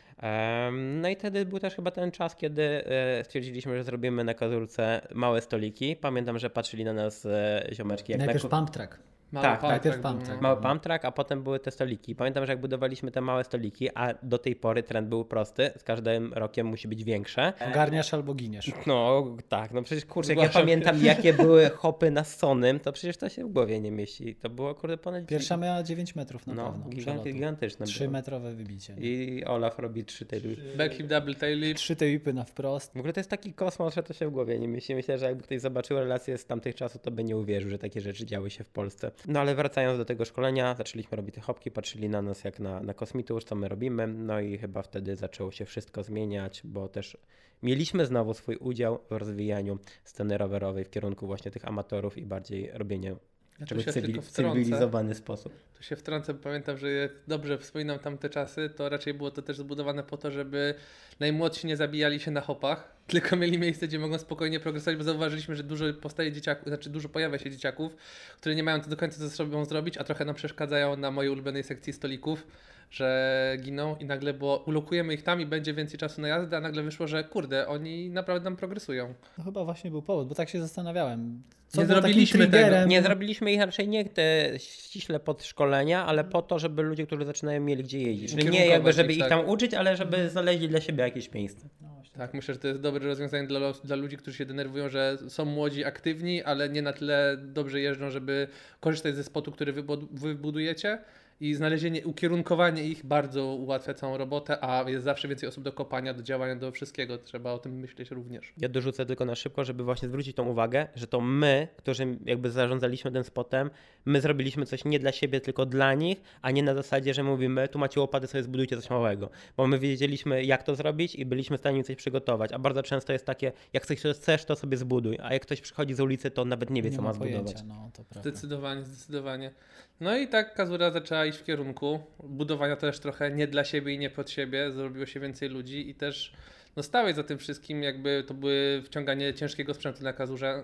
No i wtedy był też chyba ten czas, kiedy stwierdziliśmy, że zrobimy na Kazurce małe stoliki. Pamiętam, że patrzyli na nas ziomeczki jak Najpierw pump track. Najpierw pump track. mały pump track, a potem były te stoliki. Pamiętam, że jak budowaliśmy te małe stoliki, a do tej pory trend był prosty, z każdym rokiem musi być większe. Ogarniasz albo giniesz. No tak, no przecież kurczę, jak ja Zgłaszam pamiętam jakie były hopy na Sonym, to przecież to się w głowie nie mieści. To było kurde ponad... Pierwsza miała 9 metrów na no, pewno. przelotu. gigantyczne 3-metrowe wybicie. Nie? I Olaf robi 3 tej. Backflip, double tailip. 3 te whipy na wprost. W ogóle to jest taki kosmos, że to się w głowie nie mieści. Myślę, że jakby ktoś zobaczył relacje z tamtych czasów, to by nie uwierzył, że takie rzeczy działy się w Polsce. No ale wracając do tego szkolenia, zaczęliśmy robić te hopki, patrzyli na nas jak na kosmitów, co my robimy, no i chyba wtedy zaczęło się wszystko zmieniać, bo też mieliśmy znowu swój udział w rozwijaniu sceny rowerowej w kierunku właśnie tych amatorów i bardziej robienia czegoś się tylko w wtrącę. cywilizowany sposób. Tu się wtrącę, bo pamiętam, że jak dobrze wspominam tamte czasy, to raczej było to też zbudowane po to, żeby najmłodsi nie zabijali się na hopach, tylko mieli miejsce, gdzie mogą spokojnie progresować, bo zauważyliśmy, że dużo powstaje dzieciaków, znaczy dużo pojawia się dzieciaków, które nie mają to do końca co sobą zrobić, a trochę nam przeszkadzają na mojej ulubionej sekcji stolików, że giną i nagle było ulokujemy ich tam i będzie więcej czasu na jazdę, a nagle wyszło, że kurde, oni naprawdę nam progresują. To chyba właśnie był powód, bo tak się zastanawiałem. Nie było takim zrobiliśmy tego. triggerem? Nie zrobiliśmy ich raczej nie te ściśle pod szkolenia, ale po to, żeby ludzie, którzy zaczynają, mieli gdzie jeździć. Czyli nie Ukierunkować jakby, żeby ich, ich tak. tam uczyć, ale żeby znaleźli dla siebie jakieś miejsce. Tak, myślę, że to jest dobre rozwiązanie dla ludzi, którzy się denerwują, że są młodzi, aktywni, ale nie na tyle dobrze jeżdżą, żeby korzystać ze spotu, który wybudujecie. I znalezienie, ukierunkowanie ich bardzo ułatwia całą robotę, a jest zawsze więcej osób do kopania, do działania, do wszystkiego. Trzeba o tym myśleć również. Ja dorzucę tylko na szybko, żeby właśnie zwrócić tą uwagę, że to my, którzy jakby zarządzaliśmy tym spotem, my zrobiliśmy coś nie dla siebie, tylko dla nich, a nie na zasadzie, że mówimy, tu macie łopaty, sobie zbudujcie coś małego. Bo my wiedzieliśmy, jak to zrobić i byliśmy w stanie im coś przygotować. A bardzo często jest takie, jak coś chcesz, to sobie zbuduj. A jak ktoś przychodzi z ulicy, to nawet nie wie, co Nie ma ma zbudować. pojęcia, no to prawda. Zdecydowanie. No i tak Kazura zaczęła iść w kierunku budowania też trochę nie dla siebie i nie pod siebie. Zrobiło się więcej ludzi i też no stałeś za tym wszystkim, jakby to były wciąganie ciężkiego sprzętu na Kazurze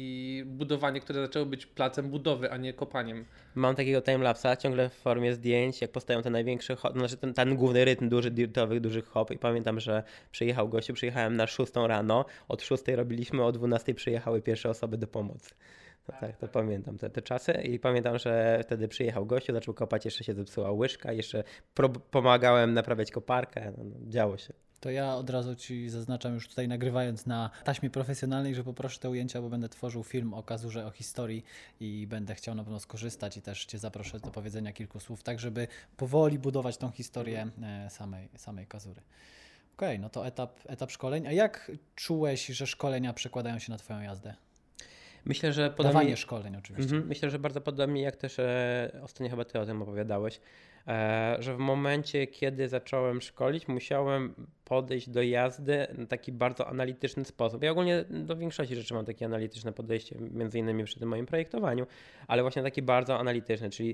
i budowanie, które zaczęło być placem budowy, a nie kopaniem. Mam takiego timelapsa ciągle w formie zdjęć, jak powstają te największe znaczy ten główny rytm dużych hop i pamiętam, że przyjechał gościu, przyjechałem na 6 rano, od 6 robiliśmy, o 12 przyjechały pierwsze osoby do pomocy. No tak, to pamiętam te czasy i pamiętam, że wtedy przyjechał gościu, zaczął kopać, jeszcze się zepsuła łyżka, jeszcze pomagałem naprawiać koparkę, no, działo się. To ja od razu Ci zaznaczam już tutaj nagrywając na taśmie profesjonalnej, że poproszę te ujęcia, bo będę tworzył film o Kazurze, o historii i będę chciał na pewno skorzystać i też Cię zaproszę do powiedzenia kilku słów, tak żeby powoli budować tą historię samej Kazury. Okej, no to etap szkoleń. A jak czułeś, że szkolenia przekładają się na Twoją jazdę? Myślę, że Dawanie szkoleń oczywiście. Myślę, że bardzo podobnie jak też ostatnio chyba Ty o tym opowiadałeś, że w momencie, kiedy zacząłem szkolić, musiałem podejść do jazdy w taki bardzo analityczny sposób. Ja ogólnie do większości rzeczy mam takie analityczne podejście, między innymi przy tym moim projektowaniu, ale właśnie taki bardzo analityczny, czyli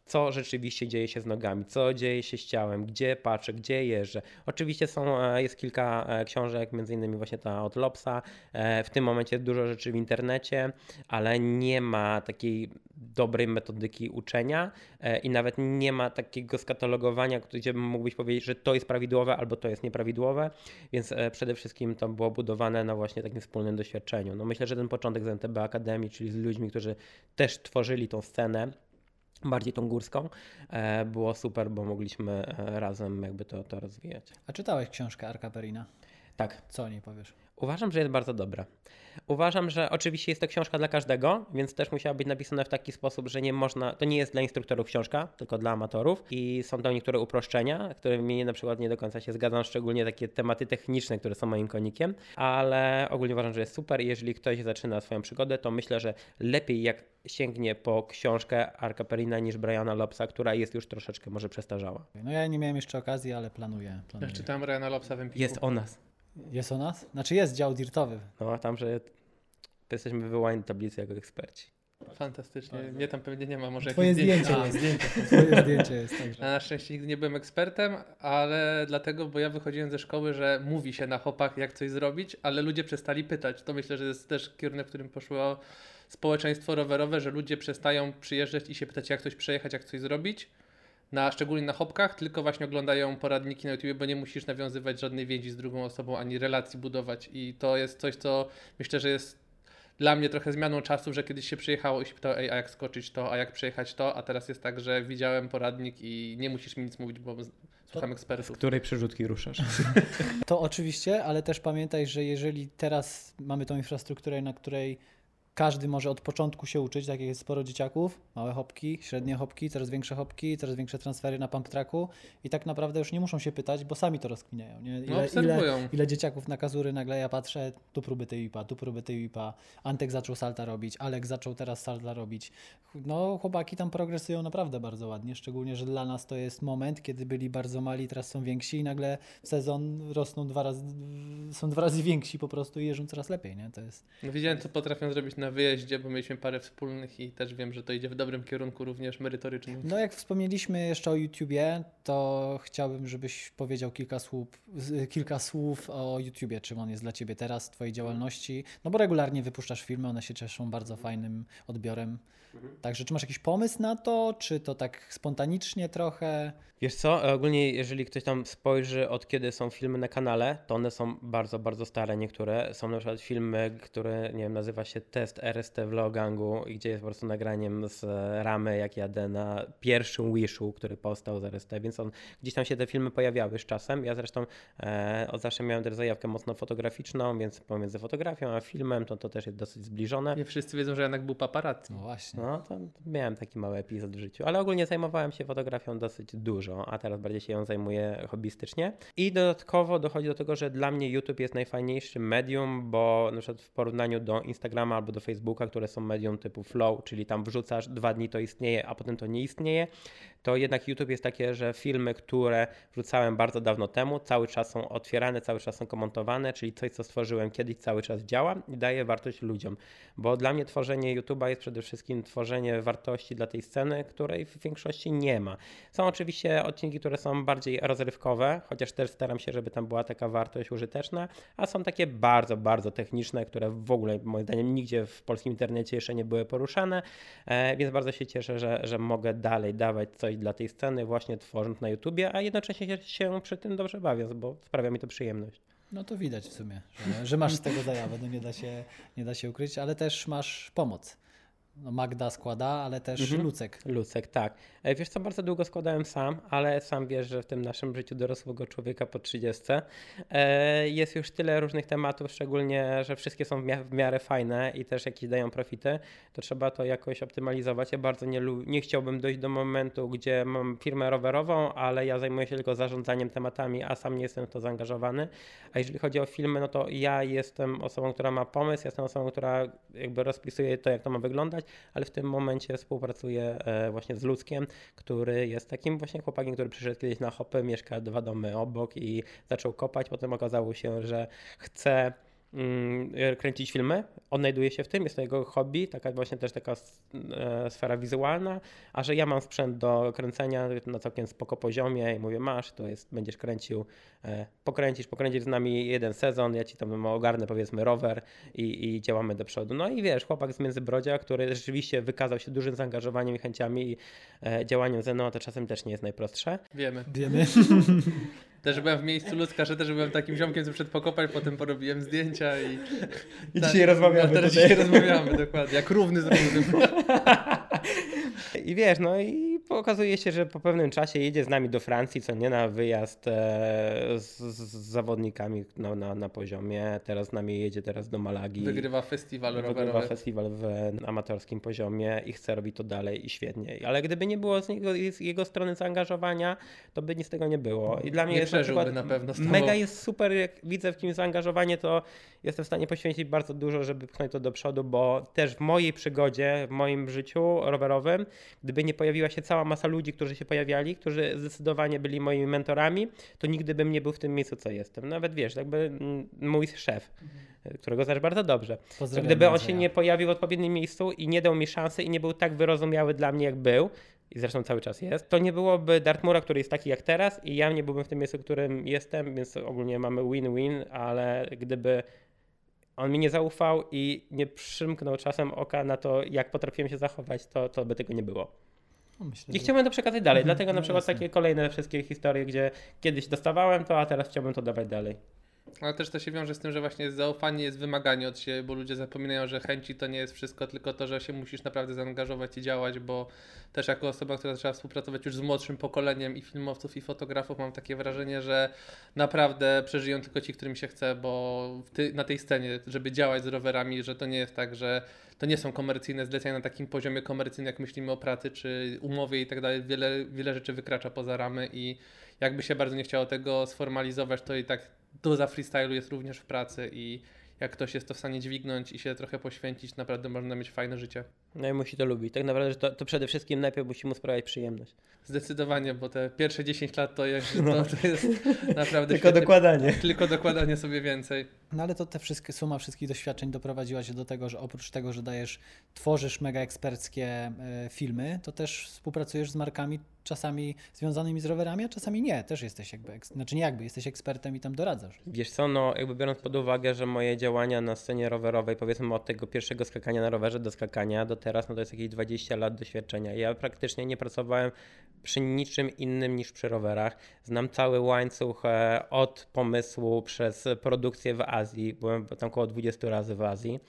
co rzeczywiście dzieje się z nogami, co dzieje się z ciałem, gdzie patrzę, gdzie jeżdżę. Oczywiście jest kilka książek, między innymi właśnie ta od Lopsa. W tym momencie jest dużo rzeczy w internecie, ale nie ma takiej dobrej metodyki uczenia i nawet nie ma takiego skatalogowania, gdzie mógłbyś powiedzieć, że to jest prawidłowe albo to jest nieprawidłowe, więc przede wszystkim to było budowane na właśnie takim wspólnym doświadczeniu. No myślę, że ten początek z NTB Akademii, czyli z ludźmi, którzy też tworzyli tą scenę, bardziej tą górską, było super, bo mogliśmy razem jakby to rozwijać. A czytałeś książkę Arka Perina? Tak. Co o niej powiesz? Uważam, że jest bardzo dobra. Uważam, że oczywiście jest to książka dla każdego, więc też musiała być napisana w taki sposób, że nie można, to nie jest dla instruktorów książka, tylko dla amatorów i są tam niektóre uproszczenia, którymi na przykład nie do końca się zgadzam, szczególnie takie tematy techniczne, które są moim konikiem, ale ogólnie uważam, że jest super i jeżeli ktoś zaczyna swoją przygodę, to myślę, że lepiej jak sięgnie po książkę Arka Perina niż Briana Lopsa, która jest już troszeczkę może przestarzała. No ja nie miałem jeszcze okazji, ale planuję. Ja czytałem Ryana Lopsa w Empiku. Jest o nas. Jest o nas? Znaczy jest dział dirtowy. No a tam, że jesteśmy wywołani do tablicy jako eksperci. Fantastycznie. Mnie tam pewnie nie ma, może Twoje jakieś zdjęcie A, jest. zdjęcie. Twoje zdjęcie jest także. Ja na szczęście nigdy nie byłem ekspertem, ale dlatego, bo ja wychodziłem ze szkoły, że mówi się na hopach, jak coś zrobić, ale ludzie przestali pytać. To myślę, że jest też kierunek, w którym poszło społeczeństwo rowerowe, że ludzie przestają przyjeżdżać i się pytać, jak coś przejechać, jak coś zrobić. Szczególnie na hopkach, tylko właśnie oglądają poradniki na YouTube, bo nie musisz nawiązywać żadnej więzi z drugą osobą, ani relacji budować. I to jest coś, co myślę, że jest dla mnie trochę zmianą czasu, że kiedyś się przyjechało i się pytało, ej, a jak skoczyć to, a jak przejechać to, a teraz jest tak, że widziałem poradnik i nie musisz mi nic mówić, bo słucham Z ekspertów. której przyrzutki ruszasz? To oczywiście, ale też pamiętaj, że jeżeli teraz mamy tą infrastrukturę, na której każdy może od początku się uczyć, tak jak jest sporo dzieciaków, małe hopki, średnie hopki, coraz większe transfery na pump tracku i tak naprawdę już nie muszą się pytać, bo sami to rozkminiają. Nie? Obserwują. Ile dzieciaków na kazury nagle ja patrzę, tu próby tej whipa, tu próby tej whipa, Antek zaczął salta robić, Alek zaczął teraz salta robić. No chłopaki tam progresują naprawdę bardzo ładnie, szczególnie, że dla nas to jest moment, kiedy byli bardzo mali, teraz są więksi i nagle w sezon rosną są 2 razy więksi po prostu i jeżdżą coraz lepiej, nie? To jest... No, widziałem, co potrafią zrobić na wyjeździe, bo mieliśmy parę wspólnych i też wiem, że to idzie w dobrym kierunku, również merytorycznym. No jak wspomnieliśmy jeszcze o YouTubie, to chciałbym, żebyś powiedział kilka słów o YouTubie, czym on jest dla Ciebie teraz, Twojej działalności, no bo regularnie wypuszczasz filmy, one się cieszą bardzo fajnym odbiorem. Także czy masz jakiś pomysł na to, czy to tak spontanicznie trochę? Wiesz co, ogólnie jeżeli ktoś tam spojrzy od kiedy są filmy na kanale, to one są bardzo, bardzo stare niektóre. Są na przykład filmy, które, nie wiem, nazywa się Test RST Vlogangu, gdzie jest po prostu nagraniem z ramy, jak jadę na pierwszym Wishu, który powstał z RST, więc gdzieś tam się te filmy pojawiały z czasem. Ja zresztą od zawsze miałem też zajawkę mocno fotograficzną, więc pomiędzy fotografią a filmem to też jest dosyć zbliżone. Nie wszyscy wiedzą, że Janek był paparazzi. No właśnie. No to miałem taki mały epizod w życiu, ale ogólnie zajmowałem się fotografią dosyć dużo, a teraz bardziej się ją zajmuję hobbystycznie. I dodatkowo dochodzi do tego, że dla mnie YouTube jest najfajniejszym medium, bo na przykład w porównaniu do Instagrama albo do Facebooka, które są medium typu flow, czyli tam wrzucasz 2 dni to istnieje, a potem to nie istnieje, to jednak YouTube jest takie, że filmy, które wrzucałem bardzo dawno temu, cały czas są otwierane, cały czas są komentowane, czyli coś, co stworzyłem kiedyś, cały czas działa i daje wartość ludziom. Bo dla mnie tworzenie YouTube'a jest przede wszystkim tworzenie wartości dla tej sceny, której w większości nie ma. Są oczywiście odcinki, które są bardziej rozrywkowe, chociaż też staram się, żeby tam była taka wartość użyteczna, a są takie bardzo, bardzo techniczne, które w ogóle moim zdaniem nigdzie w polskim internecie jeszcze nie były poruszane, więc bardzo się cieszę, że mogę dalej dawać coś dla tej sceny, właśnie tworząc na YouTubie, a jednocześnie się przy tym dobrze bawiąc, bo sprawia mi to przyjemność. No to widać w sumie, że masz z tego zajawę, no nie da się ukryć, ale też masz pomoc. No Magda składa, ale też Lucek. Lucek, tak. Wiesz co, bardzo długo składałem sam, ale sam wiesz, że w tym naszym życiu dorosłego człowieka po 30 jest już tyle różnych tematów, szczególnie, że wszystkie są w miarę fajne i też jakieś dają profity, to trzeba to jakoś optymalizować. Ja bardzo nie chciałbym dojść do momentu, gdzie mam firmę rowerową, ale ja zajmuję się tylko zarządzaniem tematami, a sam nie jestem w to zaangażowany. A jeżeli chodzi o filmy, no to ja jestem osobą, która ma pomysł, jestem osobą, która jakby rozpisuje to, jak to ma wyglądać, ale w tym momencie współpracuję właśnie z Luckiem, który jest takim właśnie chłopakiem, który przyszedł kiedyś na hopy, mieszka 2 domy obok i zaczął kopać. Potem okazało się, że chce kręcić filmy, odnajduje się w tym, jest to jego hobby, taka właśnie też taka sfera wizualna, a że ja mam sprzęt do kręcenia na całkiem spoko poziomie i mówię, masz, to jest, będziesz kręcił, pokręcisz z nami jeden sezon, ja ci tam ogarnę powiedzmy rower i działamy do przodu. No i wiesz, chłopak z Międzybrodzia, który rzeczywiście wykazał się dużym zaangażowaniem i chęciami i działaniem ze mną, to czasem też nie jest najprostsze. Wiemy. Wiemy. Też byłem w miejscu ludzka, że też byłem takim ziomkiem, co przed pokopać, potem porobiłem zdjęcia i... I dzisiaj rozmawiamy teraz tutaj. dzisiaj rozmawiamy, dokładnie, jak równy z równym. I wiesz, no i okazuje się, że po pewnym czasie jedzie z nami do Francji, co nie, na wyjazd z zawodnikami na poziomie. Teraz z nami jedzie do Malagi. Wygrywa festiwal rowerowy. Wygrywa festiwal w amatorskim poziomie i chce robić to dalej i świetnie. Ale gdyby nie było z jego strony zaangażowania, to by nic z tego nie było. I dla mnie Nie jest na przeżyłby przykład na pewno z tobą. mega jest super, jak widzę w kimś zaangażowanie, to jestem w stanie poświęcić bardzo dużo, żeby pchnąć to do przodu, bo też w mojej przygodzie, w moim życiu rowerowym, gdyby nie pojawiła się cała masa ludzi, którzy się pojawiali, którzy zdecydowanie byli moimi mentorami, to nigdy bym nie był w tym miejscu, co jestem. Nawet wiesz, jakby mój szef, którego znasz bardzo dobrze. Pozdrawiam Gdyby on Andrzeja. się nie pojawił w odpowiednim miejscu i nie dał mi szansy i nie był tak wyrozumiały dla mnie, jak był, i zresztą cały czas jest, to nie byłoby Dartmoora, który jest taki jak teraz i ja nie byłbym w tym miejscu, w którym jestem, więc ogólnie mamy win-win, ale gdyby on mi nie zaufał i nie przymknął czasem oka na to, jak potrafiłem się zachować, to by tego nie było. No, myślę, I że- chciałbym to przekazać dalej, dlatego na no przykład jasne. takie kolejne wszystkie historie, gdzie kiedyś dostawałem to, a teraz chciałbym to dawać dalej. Ale też to się wiąże z tym, że właśnie zaufanie jest wymaganie od siebie, bo ludzie zapominają, że chęci to nie jest wszystko, tylko to, że się musisz naprawdę zaangażować i działać, bo też jako osoba, która zaczęła współpracować już z młodszym pokoleniem i filmowców, i fotografów, mam takie wrażenie, że naprawdę przeżyją tylko ci, którym się chce, bo na tej scenie, żeby działać z rowerami, że to nie jest tak, że to nie są komercyjne zlecenia na takim poziomie komercyjnym, jak myślimy o pracy czy umowie i tak dalej. Wiele rzeczy wykracza poza ramy i jakby się bardzo nie chciało tego sformalizować, to i tak doza freestylu jest również w pracy i jak ktoś jest to w stanie dźwignąć i się trochę poświęcić, naprawdę można mieć fajne życie. No i musi to lubić. Tak naprawdę że to przede wszystkim najpierw musi mu sprawiać przyjemność. Zdecydowanie, bo te pierwsze 10 lat to jest naprawdę Tylko świetne. dokładanie. Tylko dokładanie sobie więcej. No ale to te wszystkie, suma wszystkich doświadczeń doprowadziła się do tego, że oprócz tego, że tworzysz mega eksperckie filmy, to też współpracujesz z markami czasami związanymi z rowerami, a czasami nie. Też jesteś jesteś ekspertem i tam doradzasz. Wiesz co, no jakby biorąc pod uwagę, że moje działania na scenie rowerowej, powiedzmy od tego pierwszego skakania na rowerze do skakania do teraz, no to jest jakieś 20 lat doświadczenia. Ja praktycznie nie pracowałem przy niczym innym niż przy rowerach. Znam cały łańcuch od pomysłu przez produkcję w Azji, byłem tam około 20 razy w Azji,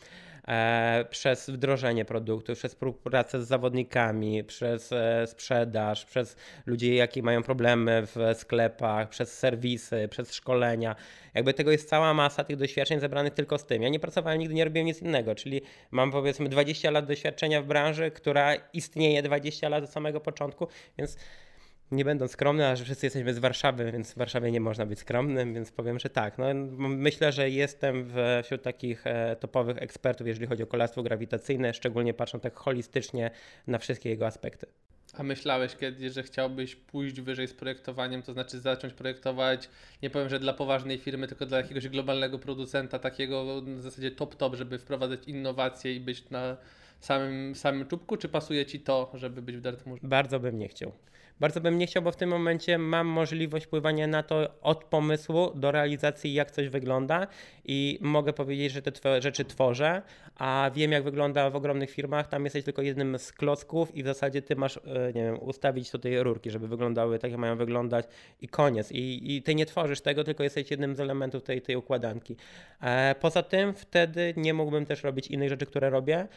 przez wdrożenie produktu, przez współpracę z zawodnikami, przez sprzedaż, przez ludzi, jakie mają problemy w sklepach, przez serwisy, przez szkolenia. Jakby tego jest cała masa tych doświadczeń zebranych tylko z tym. Ja nie pracowałem nigdy, nie robiłem nic innego, czyli mam powiedzmy 20 lat doświadczenia w branży, która istnieje 20 lat od samego początku, więc nie będąc skromny, a że wszyscy jesteśmy z Warszawy, więc w Warszawie nie można być skromnym, więc powiem, że tak. No, myślę, że jestem wśród takich topowych ekspertów, jeżeli chodzi o kolarstwo grawitacyjne, szczególnie patrząc tak holistycznie na wszystkie jego aspekty. A myślałeś kiedyś, że chciałbyś pójść wyżej z projektowaniem, to znaczy zacząć projektować, nie powiem, że dla poważnej firmy, tylko dla jakiegoś globalnego producenta, takiego w zasadzie top, żeby wprowadzać innowacje i być na samym czubku, czy pasuje Ci to, żeby być w Dartmoorze? Bardzo bym nie chciał. Bardzo bym nie chciał, bo w tym momencie mam możliwość wpływania na to od pomysłu do realizacji, jak coś wygląda i mogę powiedzieć, że te rzeczy tworzę, a wiem, jak wygląda w ogromnych firmach. Tam jesteś tylko jednym z klocków i w zasadzie ty masz, nie wiem, ustawić tutaj rurki, żeby wyglądały tak, jak mają wyglądać i koniec. I ty nie tworzysz tego, tylko jesteś jednym z elementów tej układanki. Poza tym wtedy nie mógłbym też robić innych rzeczy, które robię,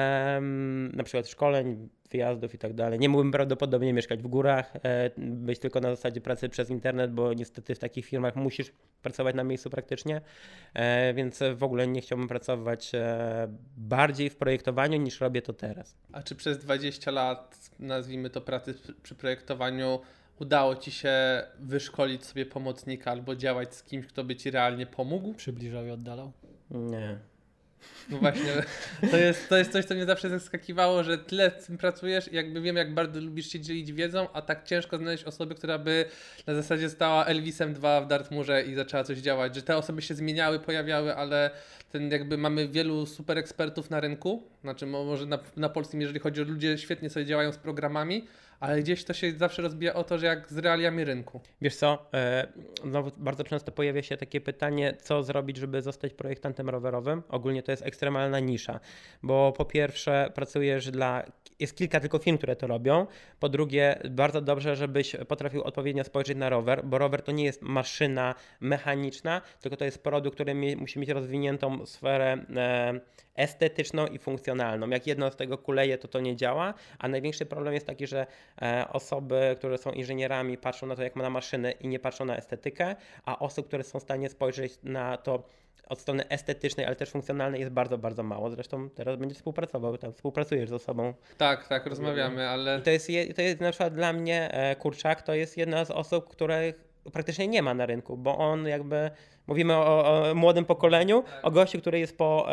na przykład szkoleń, wyjazdów i tak dalej. Nie mógłbym prawdopodobnie mieszkać w górach, być tylko na zasadzie pracy przez internet, bo niestety w takich firmach musisz pracować na miejscu praktycznie, więc w ogóle nie chciałbym pracować bardziej w projektowaniu niż robię to teraz. A czy przez 20 lat, nazwijmy to, pracy przy projektowaniu udało Ci się wyszkolić sobie pomocnika albo działać z kimś, kto by Ci realnie pomógł? Przybliżał i oddalał. Nie. No właśnie, to jest coś, co mnie zawsze zaskakiwało, że tyle z tym pracujesz i jakby wiem, jak bardzo lubisz się dzielić wiedzą, a tak ciężko znaleźć osobę, która by na zasadzie stała Elvisem 2 w Dartmoorze i zaczęła coś działać, że te osoby się zmieniały, pojawiały, ale ten jakby mamy wielu super ekspertów na rynku, znaczy może na polskim, jeżeli chodzi o ludzie, świetnie sobie działają z programami, ale gdzieś to się zawsze rozbija o to, że jak z realiami rynku. Wiesz co, znowu bardzo często pojawia się takie pytanie, co zrobić, żeby zostać projektantem rowerowym. Ogólnie to jest ekstremalna nisza, bo po pierwsze jest kilka tylko firm, które to robią. Po drugie, bardzo dobrze, żebyś potrafił odpowiednio spojrzeć na rower, bo rower to nie jest maszyna mechaniczna, tylko to jest produkt, który musi mieć rozwiniętą sferę estetyczną i funkcjonalną. Jak jedno z tego kuleje, to nie działa, a największy problem jest taki, że osoby, które są inżynierami, patrzą na to jak na maszynę i nie patrzą na estetykę, a osób, które są w stanie spojrzeć na to od strony estetycznej, ale też funkcjonalnej jest bardzo, bardzo mało. Zresztą teraz będziesz współpracował, tam współpracujesz ze sobą. Tak, rozmawiamy, ale... I to jest na przykład dla mnie Kurczak, to jest jedna z osób, których praktycznie nie ma na rynku, bo on jakby, mówimy o młodym pokoleniu, o gościu, który jest po...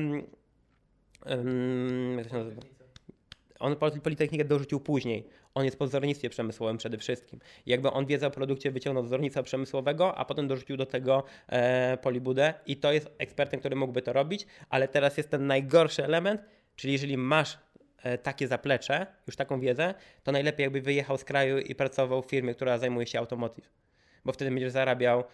jak to się nazywa? On Politechnikę dorzucił później. On jest po wzornictwie przemysłowym przede wszystkim. I jakby on wiedzę o produkcie wyciągnął z wzornictwa przemysłowego, a potem dorzucił do tego polibudę i to jest ekspertem, który mógłby to robić, ale teraz jest ten najgorszy element, czyli jeżeli masz takie zaplecze, już taką wiedzę, to najlepiej jakby wyjechał z kraju i pracował w firmie, która zajmuje się automotive. Bo wtedy będziesz zarabiał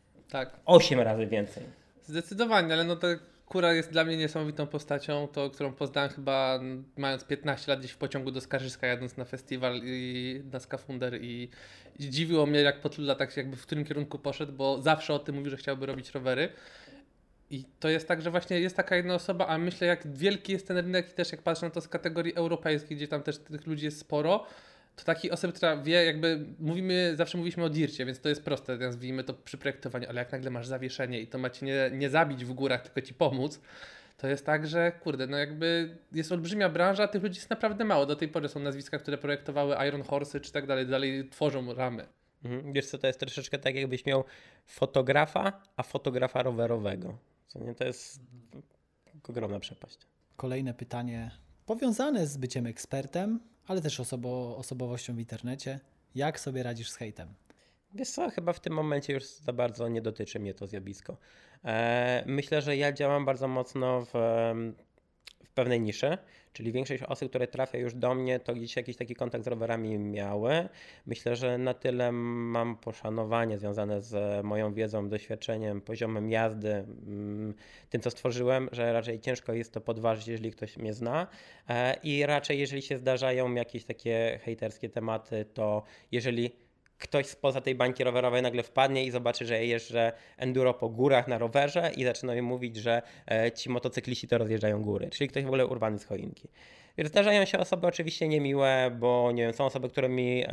8 razy więcej. Zdecydowanie, ale no to Kura jest dla mnie niesamowitą postacią, którą poznałem chyba mając 15 lat gdzieś w pociągu do Skarżyska, jadąc na festiwal i na Skafunder i dziwiło mnie jak po tylu latach jakby w którym kierunku poszedł, bo zawsze o tym mówił, że chciałby robić rowery. I to jest tak, że właśnie jest taka jedna osoba, a myślę jak wielki jest ten rynek i też jak patrzę na to z kategorii europejskiej, gdzie tam też tych ludzi jest sporo, to takiej osoby, która wie, jakby zawsze mówiliśmy o dircie, więc to jest proste, nazwijmy to przy projektowaniu, ale jak nagle masz zawieszenie i to ma cię nie zabić w górach, tylko ci pomóc, to jest tak, że kurde, no jakby jest olbrzymia branża, tych ludzi jest naprawdę mało. Do tej pory są nazwiska, które projektowały Iron Horse'y czy tak dalej tworzą ramy. Wiesz co, to jest troszeczkę tak, jakbyś miał fotografa, a fotografa rowerowego. Co nie? To jest ogromna przepaść. Kolejne pytanie powiązane z byciem ekspertem, ale też osobowością w internecie. Jak sobie radzisz z hejtem? Wiesz co, chyba w tym momencie już za bardzo nie dotyczy mnie to zjawisko. Myślę, że ja działam bardzo mocno w pewnej niszy, czyli większość osób, które trafia już do mnie, to gdzieś jakiś taki kontakt z rowerami miały. Myślę, że na tyle mam poszanowanie związane z moją wiedzą, doświadczeniem, poziomem jazdy, tym co stworzyłem, że raczej ciężko jest to podważyć, jeżeli ktoś mnie zna i raczej jeżeli się zdarzają jakieś takie hejterskie tematy, to jeżeli ktoś spoza tej bańki rowerowej nagle wpadnie i zobaczy, że ja jeżdżę enduro po górach na rowerze i zaczyna mi mówić, że ci motocykliści to rozjeżdżają góry, czyli ktoś w ogóle urwany z choinki. Więc zdarzają się osoby oczywiście niemiłe, bo nie wiem, są osoby, które mi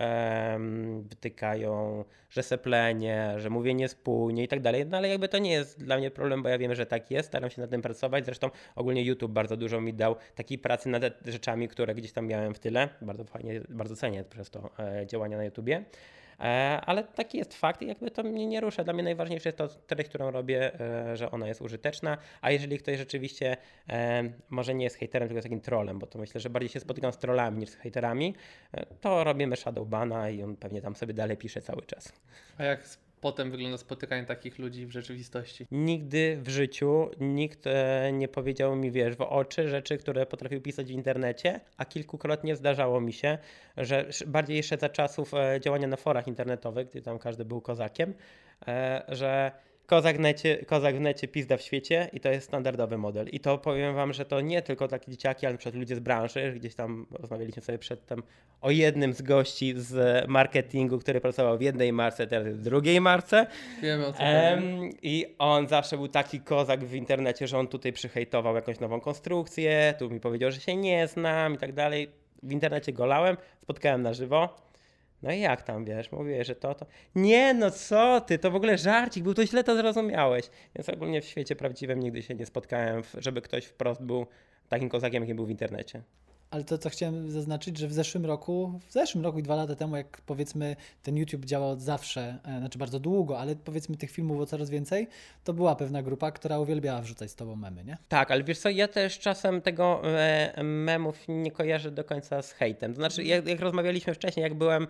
wytykają, że seplenie, że mówię niespójnie i tak dalej, no ale jakby to nie jest dla mnie problem, bo ja wiem, że tak jest, staram się nad tym pracować, zresztą ogólnie YouTube bardzo dużo mi dał takiej pracy nad rzeczami, które gdzieś tam miałem w tyle, bardzo fajnie, bardzo cenię przez to działania na YouTubie. Ale taki jest fakt i jakby to mnie nie rusza. Dla mnie najważniejsze jest to treść, którą robię, że ona jest użyteczna, a jeżeli ktoś rzeczywiście może nie jest hejterem, tylko jest takim trollem, bo to myślę, że bardziej się spotykam z trollami niż z hejterami, to robimy shadowbana i on pewnie tam sobie dalej pisze cały czas. A jak potem wygląda spotykanie takich ludzi w rzeczywistości? Nigdy w życiu nikt nie powiedział mi, wiesz, w oczy rzeczy, które potrafił pisać w internecie, a kilkukrotnie zdarzało mi się, że bardziej jeszcze za czasów działania na forach internetowych, gdzie tam każdy był kozakiem, że kozak w necie, pizda w świecie i to jest standardowy model. I to powiem wam, że to nie tylko takie dzieciaki, ale na przykład ludzie z branży. Gdzieś tam rozmawialiśmy sobie przedtem o jednym z gości z marketingu, który pracował w jednej marce, teraz jest w drugiej marce. Wiemy o co I on zawsze był taki kozak w internecie, że on tutaj przyhejtował jakąś nową konstrukcję, tu mi powiedział, że się nie znam i tak dalej. W internecie go lałem, spotkałem na żywo. No i jak tam, wiesz, mówię, że to... Nie, no co ty, to w ogóle żarcik był, to źle to zrozumiałeś. Więc ogólnie w świecie prawdziwym nigdy się nie spotkałem, żeby ktoś wprost był takim kozakiem, jakim był w internecie. Ale to, co chciałem zaznaczyć, że w zeszłym roku i 2 lata temu, jak powiedzmy ten YouTube działał od zawsze, znaczy bardzo długo, ale powiedzmy tych filmów było coraz więcej, to była pewna grupa, która uwielbiała wrzucać z tobą memy, nie? Tak, ale wiesz co, ja też czasem tego memów nie kojarzę do końca z hejtem. To znaczy, jak rozmawialiśmy wcześniej, jak byłem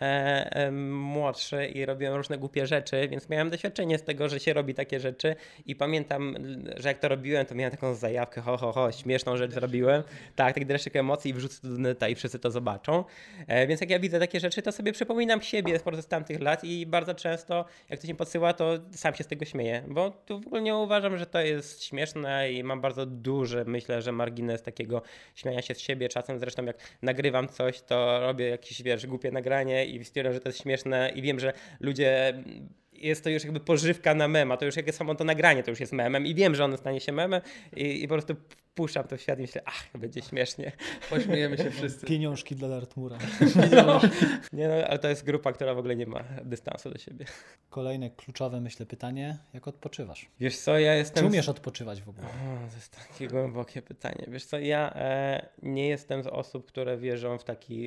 młodszy i robiłem różne głupie rzeczy, więc miałem doświadczenie z tego, że się robi takie rzeczy i pamiętam, że jak to robiłem, to miałem taką zajawkę, śmieszną rzecz zrobiłem. Tak, taki dreszczyk emocji i wrzucę to do neta i wszyscy to zobaczą. Więc jak ja widzę takie rzeczy, to sobie przypominam siebie z tamtych lat i bardzo często, jak ktoś mi podsyła, to sam się z tego śmieję, bo tu w ogóle nie uważam, że to jest śmieszne i mam bardzo duży, myślę, że margines takiego śmiania się z siebie. Czasem zresztą jak nagrywam coś, to robię jakieś, głupie nagranie i stwierdzam, że to jest śmieszne i wiem, że ludzie... Jest to już jakby pożywka na mema, to już jak samo to nagranie to już jest memem i wiem, że ono stanie się memem i po prostu puszczam to w świat i myślę, będzie śmiesznie. Pośmiejemy się wszyscy. Pieniążki dla Dartmura. Nie no, ale to jest grupa, która w ogóle nie ma dystansu do siebie. Kolejne kluczowe, myślę, pytanie, jak odpoczywasz? Wiesz co, ja jestem... Czy umiesz odpoczywać w ogóle? To jest takie głębokie pytanie. Wiesz co, ja nie jestem z osób, które wierzą w taki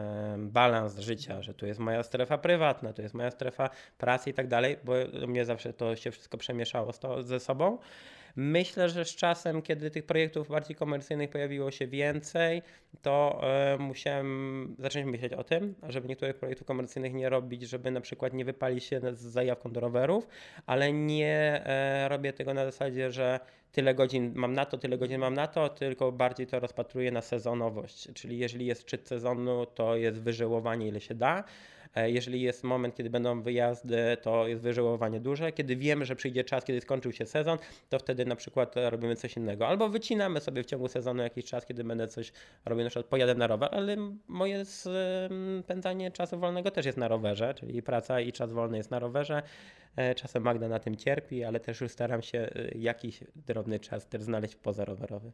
balans życia, że tu jest moja strefa prywatna, tu jest moja strefa pracy i tak dalej, bo u mnie zawsze to się wszystko przemieszało ze sobą. Myślę, że z czasem, kiedy tych projektów bardziej komercyjnych pojawiło się więcej, to musiałem zacząć myśleć o tym, żeby niektórych projektów komercyjnych nie robić, żeby na przykład nie wypalić się z zajawką do rowerów, ale nie robię tego na zasadzie, że tyle godzin mam na to, tyle godzin mam na to, tylko bardziej to rozpatruję na sezonowość. Czyli jeżeli jest szczyt sezonu, to jest wyżyłowanie ile się da. Jeżeli jest moment, kiedy będą wyjazdy, to jest wyżyłowanie duże. Kiedy wiemy, że przyjdzie czas, kiedy skończył się sezon, to wtedy na przykład robimy coś innego. Albo wycinamy sobie w ciągu sezonu jakiś czas, kiedy będę coś robił, na przykład pojadę na rower, ale moje spędzanie czasu wolnego też jest na rowerze, czyli praca i czas wolny jest na rowerze. Czasem Magda na tym cierpi, ale też już staram się jakiś drobny czas też znaleźć pozarowerowy.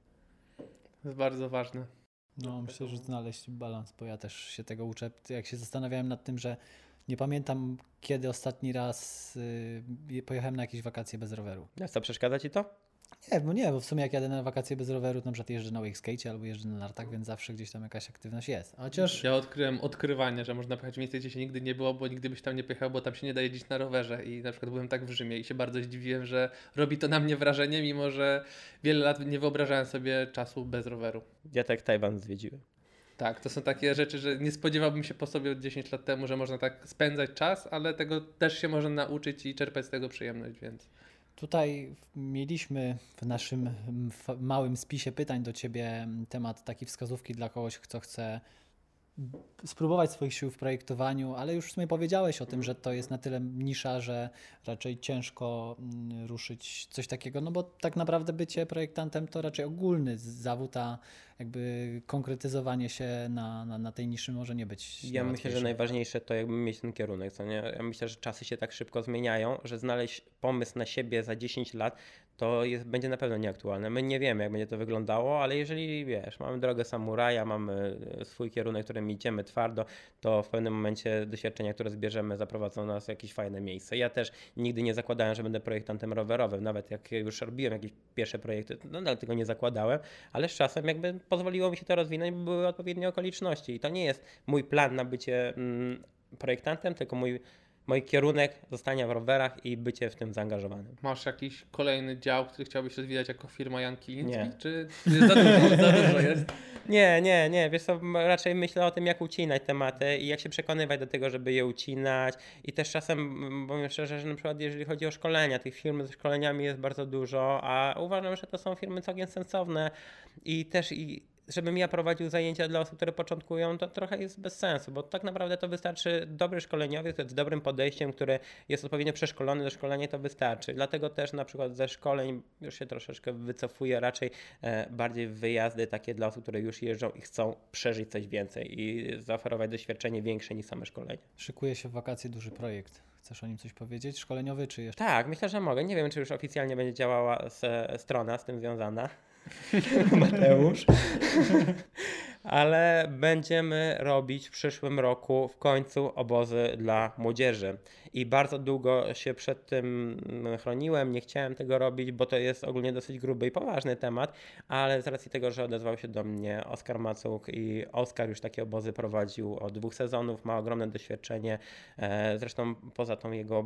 To jest bardzo ważne. No, myślę, że znaleźć balans, bo ja też się tego uczę. Jak się zastanawiałem nad tym, że nie pamiętam, kiedy ostatni raz pojechałem na jakieś wakacje bez roweru. A co, przeszkadza ci to? Nie, bo w sumie jak jadę na wakacje bez roweru, to na przykład jeżdżę na wakeskate albo jeżdżę na nartach, więc zawsze gdzieś tam jakaś aktywność jest. A chociaż... Ja odkryłem odkrywanie, że można pojechać w miejsce, gdzie się nigdy nie było, bo nigdy byś tam nie pojechał, bo tam się nie da jeździć na rowerze i na przykład byłem tak w Rzymie i się bardzo zdziwiłem, że robi to na mnie wrażenie, mimo że wiele lat nie wyobrażałem sobie czasu bez roweru. Ja tak Tajwan zwiedziłem. Tak, to są takie rzeczy, że nie spodziewałbym się po sobie 10 lat temu, że można tak spędzać czas, ale tego też się można nauczyć i czerpać z tego przyjemność, więc... Tutaj mieliśmy w naszym małym spisie pytań do Ciebie temat takiej wskazówki dla kogoś, kto chce spróbować swoich sił w projektowaniu, ale już w sumie powiedziałeś o tym, że to jest na tyle nisza, że raczej ciężko ruszyć coś takiego, no bo tak naprawdę bycie projektantem to raczej ogólny zawód, a jakby konkretyzowanie się na tej niszy może nie być Ja myślę, że najważniejsze to jakby mieć ten kierunek, co nie? Ja myślę, że czasy się tak szybko zmieniają, że znaleźć pomysł na siebie za 10 lat to będzie na pewno nieaktualne. My nie wiemy, jak będzie to wyglądało, ale jeżeli, wiesz, mamy drogę samuraja, mamy swój kierunek, którym idziemy twardo, to w pewnym momencie doświadczenia, które zbierzemy, zaprowadzą nas w jakieś fajne miejsce. Ja też nigdy nie zakładałem, że będę projektantem rowerowym. Nawet jak już robiłem jakieś pierwsze projekty, nadal tego nie zakładałem, ale z czasem jakby pozwoliło mi się to rozwinąć, bo były odpowiednie okoliczności. I to nie jest mój plan na bycie projektantem, tylko mój kierunek zostania w rowerach i bycie w tym zaangażowanym. Masz jakiś kolejny dział, który chciałbyś rozwijać jako firma Jan Kiliński? Nie. Czy za dużo jest? Nie, wiesz co, raczej myślę o tym, jak ucinać tematy i jak się przekonywać do tego, żeby je ucinać i też czasem, powiem szczerze, że na przykład jeżeli chodzi o szkolenia, tych firm ze szkoleniami jest bardzo dużo, a uważam, że to są firmy całkiem sensowne i też żebym ja prowadził zajęcia dla osób, które początkują, to trochę jest bez sensu, bo tak naprawdę to wystarczy dobry szkoleniowiec, który z dobrym podejściem, który jest odpowiednio przeszkolony do szkolenia, to wystarczy. Dlatego też na przykład ze szkoleń już się troszeczkę wycofuję, raczej bardziej wyjazdy takie dla osób, które już jeżdżą i chcą przeżyć coś więcej i zaoferować doświadczenie większe niż same szkolenie. Szykuje się w wakacje duży projekt. Chcesz o nim coś powiedzieć? Szkoleniowy czy jeszcze? Tak, myślę, że mogę. Nie wiem, czy już oficjalnie będzie działała strona z tym związana. Mateusz. ale będziemy robić w przyszłym roku w końcu obozy dla młodzieży. I bardzo długo się przed tym chroniłem, nie chciałem tego robić, bo to jest ogólnie dosyć gruby i poważny temat, ale z racji tego, że odezwał się do mnie Oskar Macuk i Oskar już takie obozy prowadził od 2 sezonów, ma ogromne doświadczenie, zresztą poza tą jego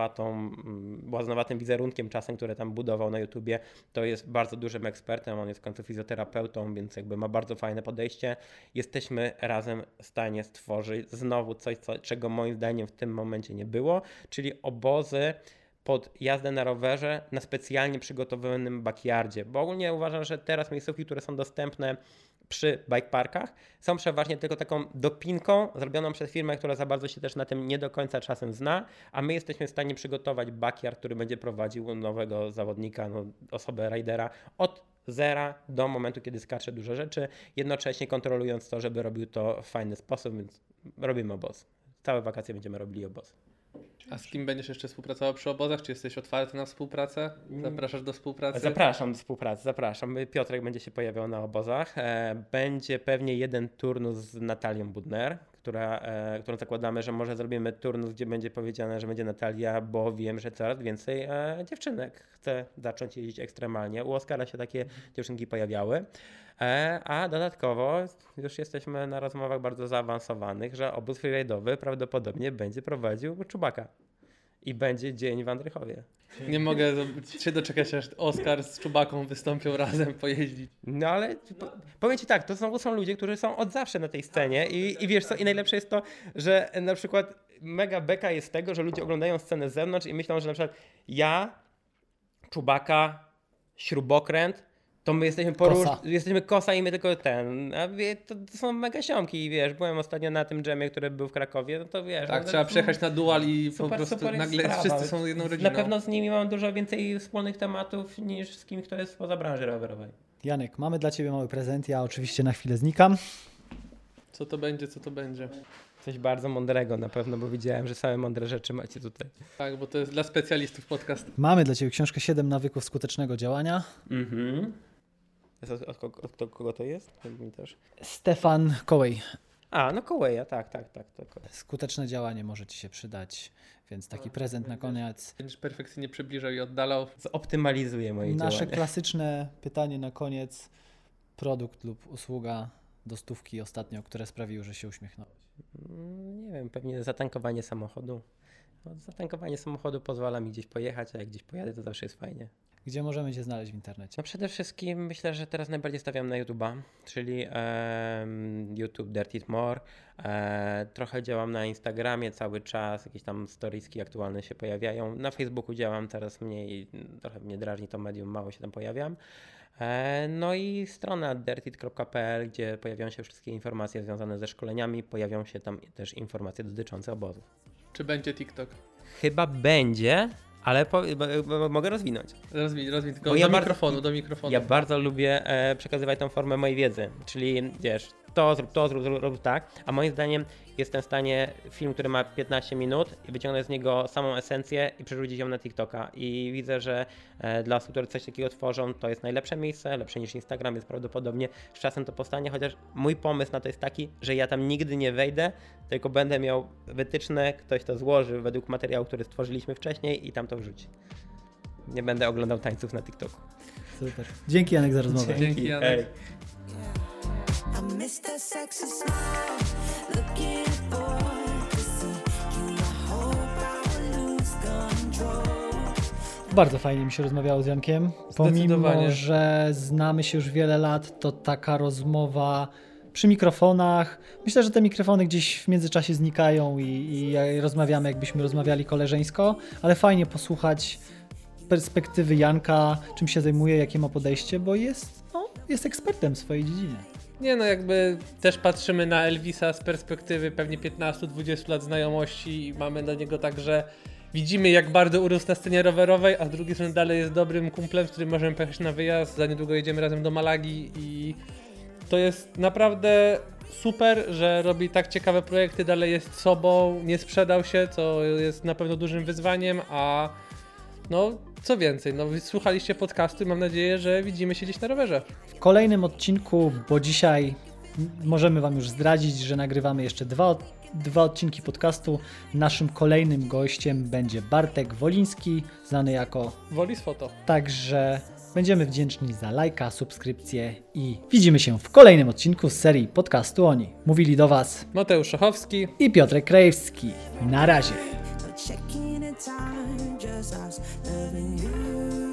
błaznowatym wizerunkiem czasem, które tam budował na YouTubie, to jest bardzo dużym ekspertem, on jest w końcu fizjoterapeutą, więc jakby ma bardzo fajne podejście. Jesteśmy razem w stanie stworzyć znowu coś, czego moim zdaniem w tym momencie nie było, czyli obozy pod jazdę na rowerze na specjalnie przygotowanym backyardzie, bo ogólnie uważam, że teraz miejscówki, które są dostępne przy bike parkach, są przeważnie tylko taką dopinką zrobioną przez firmę, która za bardzo się też na tym nie do końca czasem zna, a my jesteśmy w stanie przygotować backyard, który będzie prowadził nowego zawodnika, osobę ridera od zera do momentu, kiedy skacze duże rzeczy, jednocześnie kontrolując to, żeby robił to w fajny sposób, więc robimy obóz. Całe wakacje będziemy robili obóz. A z kim będziesz jeszcze współpracował przy obozach? Czy jesteś otwarty na współpracę? Zapraszasz do współpracy? Zapraszam do współpracy, zapraszam. Piotrek będzie się pojawiał na obozach. Będzie pewnie jeden turnus z Natalią Budner, którą zakładamy, że może zrobimy turnus, gdzie będzie powiedziane, że będzie Natalia, bo wiem, że coraz więcej dziewczynek chce zacząć jeździć ekstremalnie. U Oskara się takie dziewczynki pojawiały. A dodatkowo już jesteśmy na rozmowach bardzo zaawansowanych, że obóz freeride'owy prawdopodobnie będzie prowadził Czubaka. I będzie dzień w Andrychowie. Nie mogę się doczekać, aż Oskar z Czubaką wystąpią razem pojeździć. No ale powiem Ci tak, to znowu są ludzie, którzy są od zawsze na tej scenie i wiesz co, i najlepsze jest to, że na przykład mega beka jest tego, że ludzie oglądają scenę z zewnątrz i myślą, że na przykład ja, Czubaka, Śrubokręt, to my jesteśmy jesteśmy kosa i my tylko to są mega siomki i wiesz, byłem ostatnio na tym dżemie, który był w Krakowie, no to wiesz. Tak, no, trzeba przejechać na dual i super, po prostu super nagle sprawa. wszyscy są jedną rodziną. Na pewno z nimi mam dużo więcej wspólnych tematów niż z kimś, kto jest spoza branży rowerowej. Janek, mamy dla Ciebie mały prezent, ja oczywiście na chwilę znikam. Co to będzie, co to będzie? Coś bardzo mądrego na pewno, bo widziałem, że same mądre rzeczy macie tutaj. Tak, bo to jest dla specjalistów podcast. Mamy dla Ciebie książkę 7 nawyków skutecznego działania. Od kogo to jest? Mi też. Stefan Kołej. A, no Kołeja, tak. Skuteczne działanie może Ci się przydać, więc taki prezent na koniec. Będziesz perfekcyjnie przybliżał i oddalał. Zoptymalizuje moje Nasze działania. klasyczne pytanie na koniec. Produkt lub usługa do 100 ostatnio, które sprawiły, że się uśmiechnąłeś. Nie wiem, pewnie zatankowanie samochodu. No, zatankowanie samochodu pozwala mi gdzieś pojechać, a jak gdzieś pojadę, to zawsze jest fajnie. Gdzie możemy Cię znaleźć w internecie? No przede wszystkim myślę, że teraz najbardziej stawiam na YouTube'a, czyli YouTube Dirty It More. Trochę działam na Instagramie cały czas, jakieś tam storieski aktualne się pojawiają. Na Facebooku działam coraz mniej, trochę mnie drażni to medium, mało się tam pojawiam. No i strona dirtit.pl, gdzie pojawiają się wszystkie informacje związane ze szkoleniami, pojawią się tam też informacje dotyczące obozów. Czy będzie TikTok? Chyba będzie, ale mogę rozwinąć. Rozwij tylko Bo do mikrofonu. Ja bardzo lubię przekazywać tą formę mojej wiedzy, czyli wiesz, zrób tak, a moim zdaniem jestem w stanie film, który ma 15 minut i wyciągnąć z niego samą esencję i przerzucić ją na TikToka i widzę, że dla osób, które coś takiego tworzą, to jest najlepsze miejsce, lepsze niż Instagram, jest prawdopodobnie z czasem to powstanie, chociaż mój pomysł na to jest taki, że ja tam nigdy nie wejdę, tylko będę miał wytyczne, ktoś to złoży według materiału, który stworzyliśmy wcześniej i tam to wrzuci. Nie będę oglądał tańców na TikToku. Super. Dzięki Janek za rozmowę. Dzięki Janek. I miss that sexy smile, looking forward to see you. I hope I will lose control. Bardzo fajnie mi się rozmawiało z Jankiem. Pomimo, Zdecydowanie. że znamy się już wiele lat, to taka rozmowa przy mikrofonach. Myślę, że te mikrofony gdzieś w międzyczasie znikają i rozmawiamy, jakbyśmy rozmawiali koleżeńsko, ale fajnie posłuchać perspektywy Janka, czym się zajmuje, jakie ma podejście, bo jest ekspertem w swojej dziedzinie. Nie no, jakby też patrzymy na Elvisa z perspektywy pewnie 15-20 lat znajomości i mamy do niego także widzimy, jak bardzo urósł na scenie rowerowej, a z drugiej strony dalej jest dobrym kumplem, z którym możemy pojechać na wyjazd. Za niedługo jedziemy razem do Malagi i to jest naprawdę super, że robi tak ciekawe projekty, dalej jest sobą, nie sprzedał się, co jest na pewno dużym wyzwaniem, a no co więcej, no wysłuchaliście podcastu i mam nadzieję, że widzimy się gdzieś na rowerze. W kolejnym odcinku, bo dzisiaj możemy wam już zdradzić, że nagrywamy jeszcze dwa odcinki podcastu. Naszym kolejnym gościem będzie Bartek Woliński, znany jako Wolis Foto. Także będziemy wdzięczni za lajka, subskrypcję i widzimy się w kolejnym odcinku z serii podcastu Oni. Mówili do was Mateusz Szachowski. i Piotrek Krajewski. Na razie. No checking in time, just us loving you.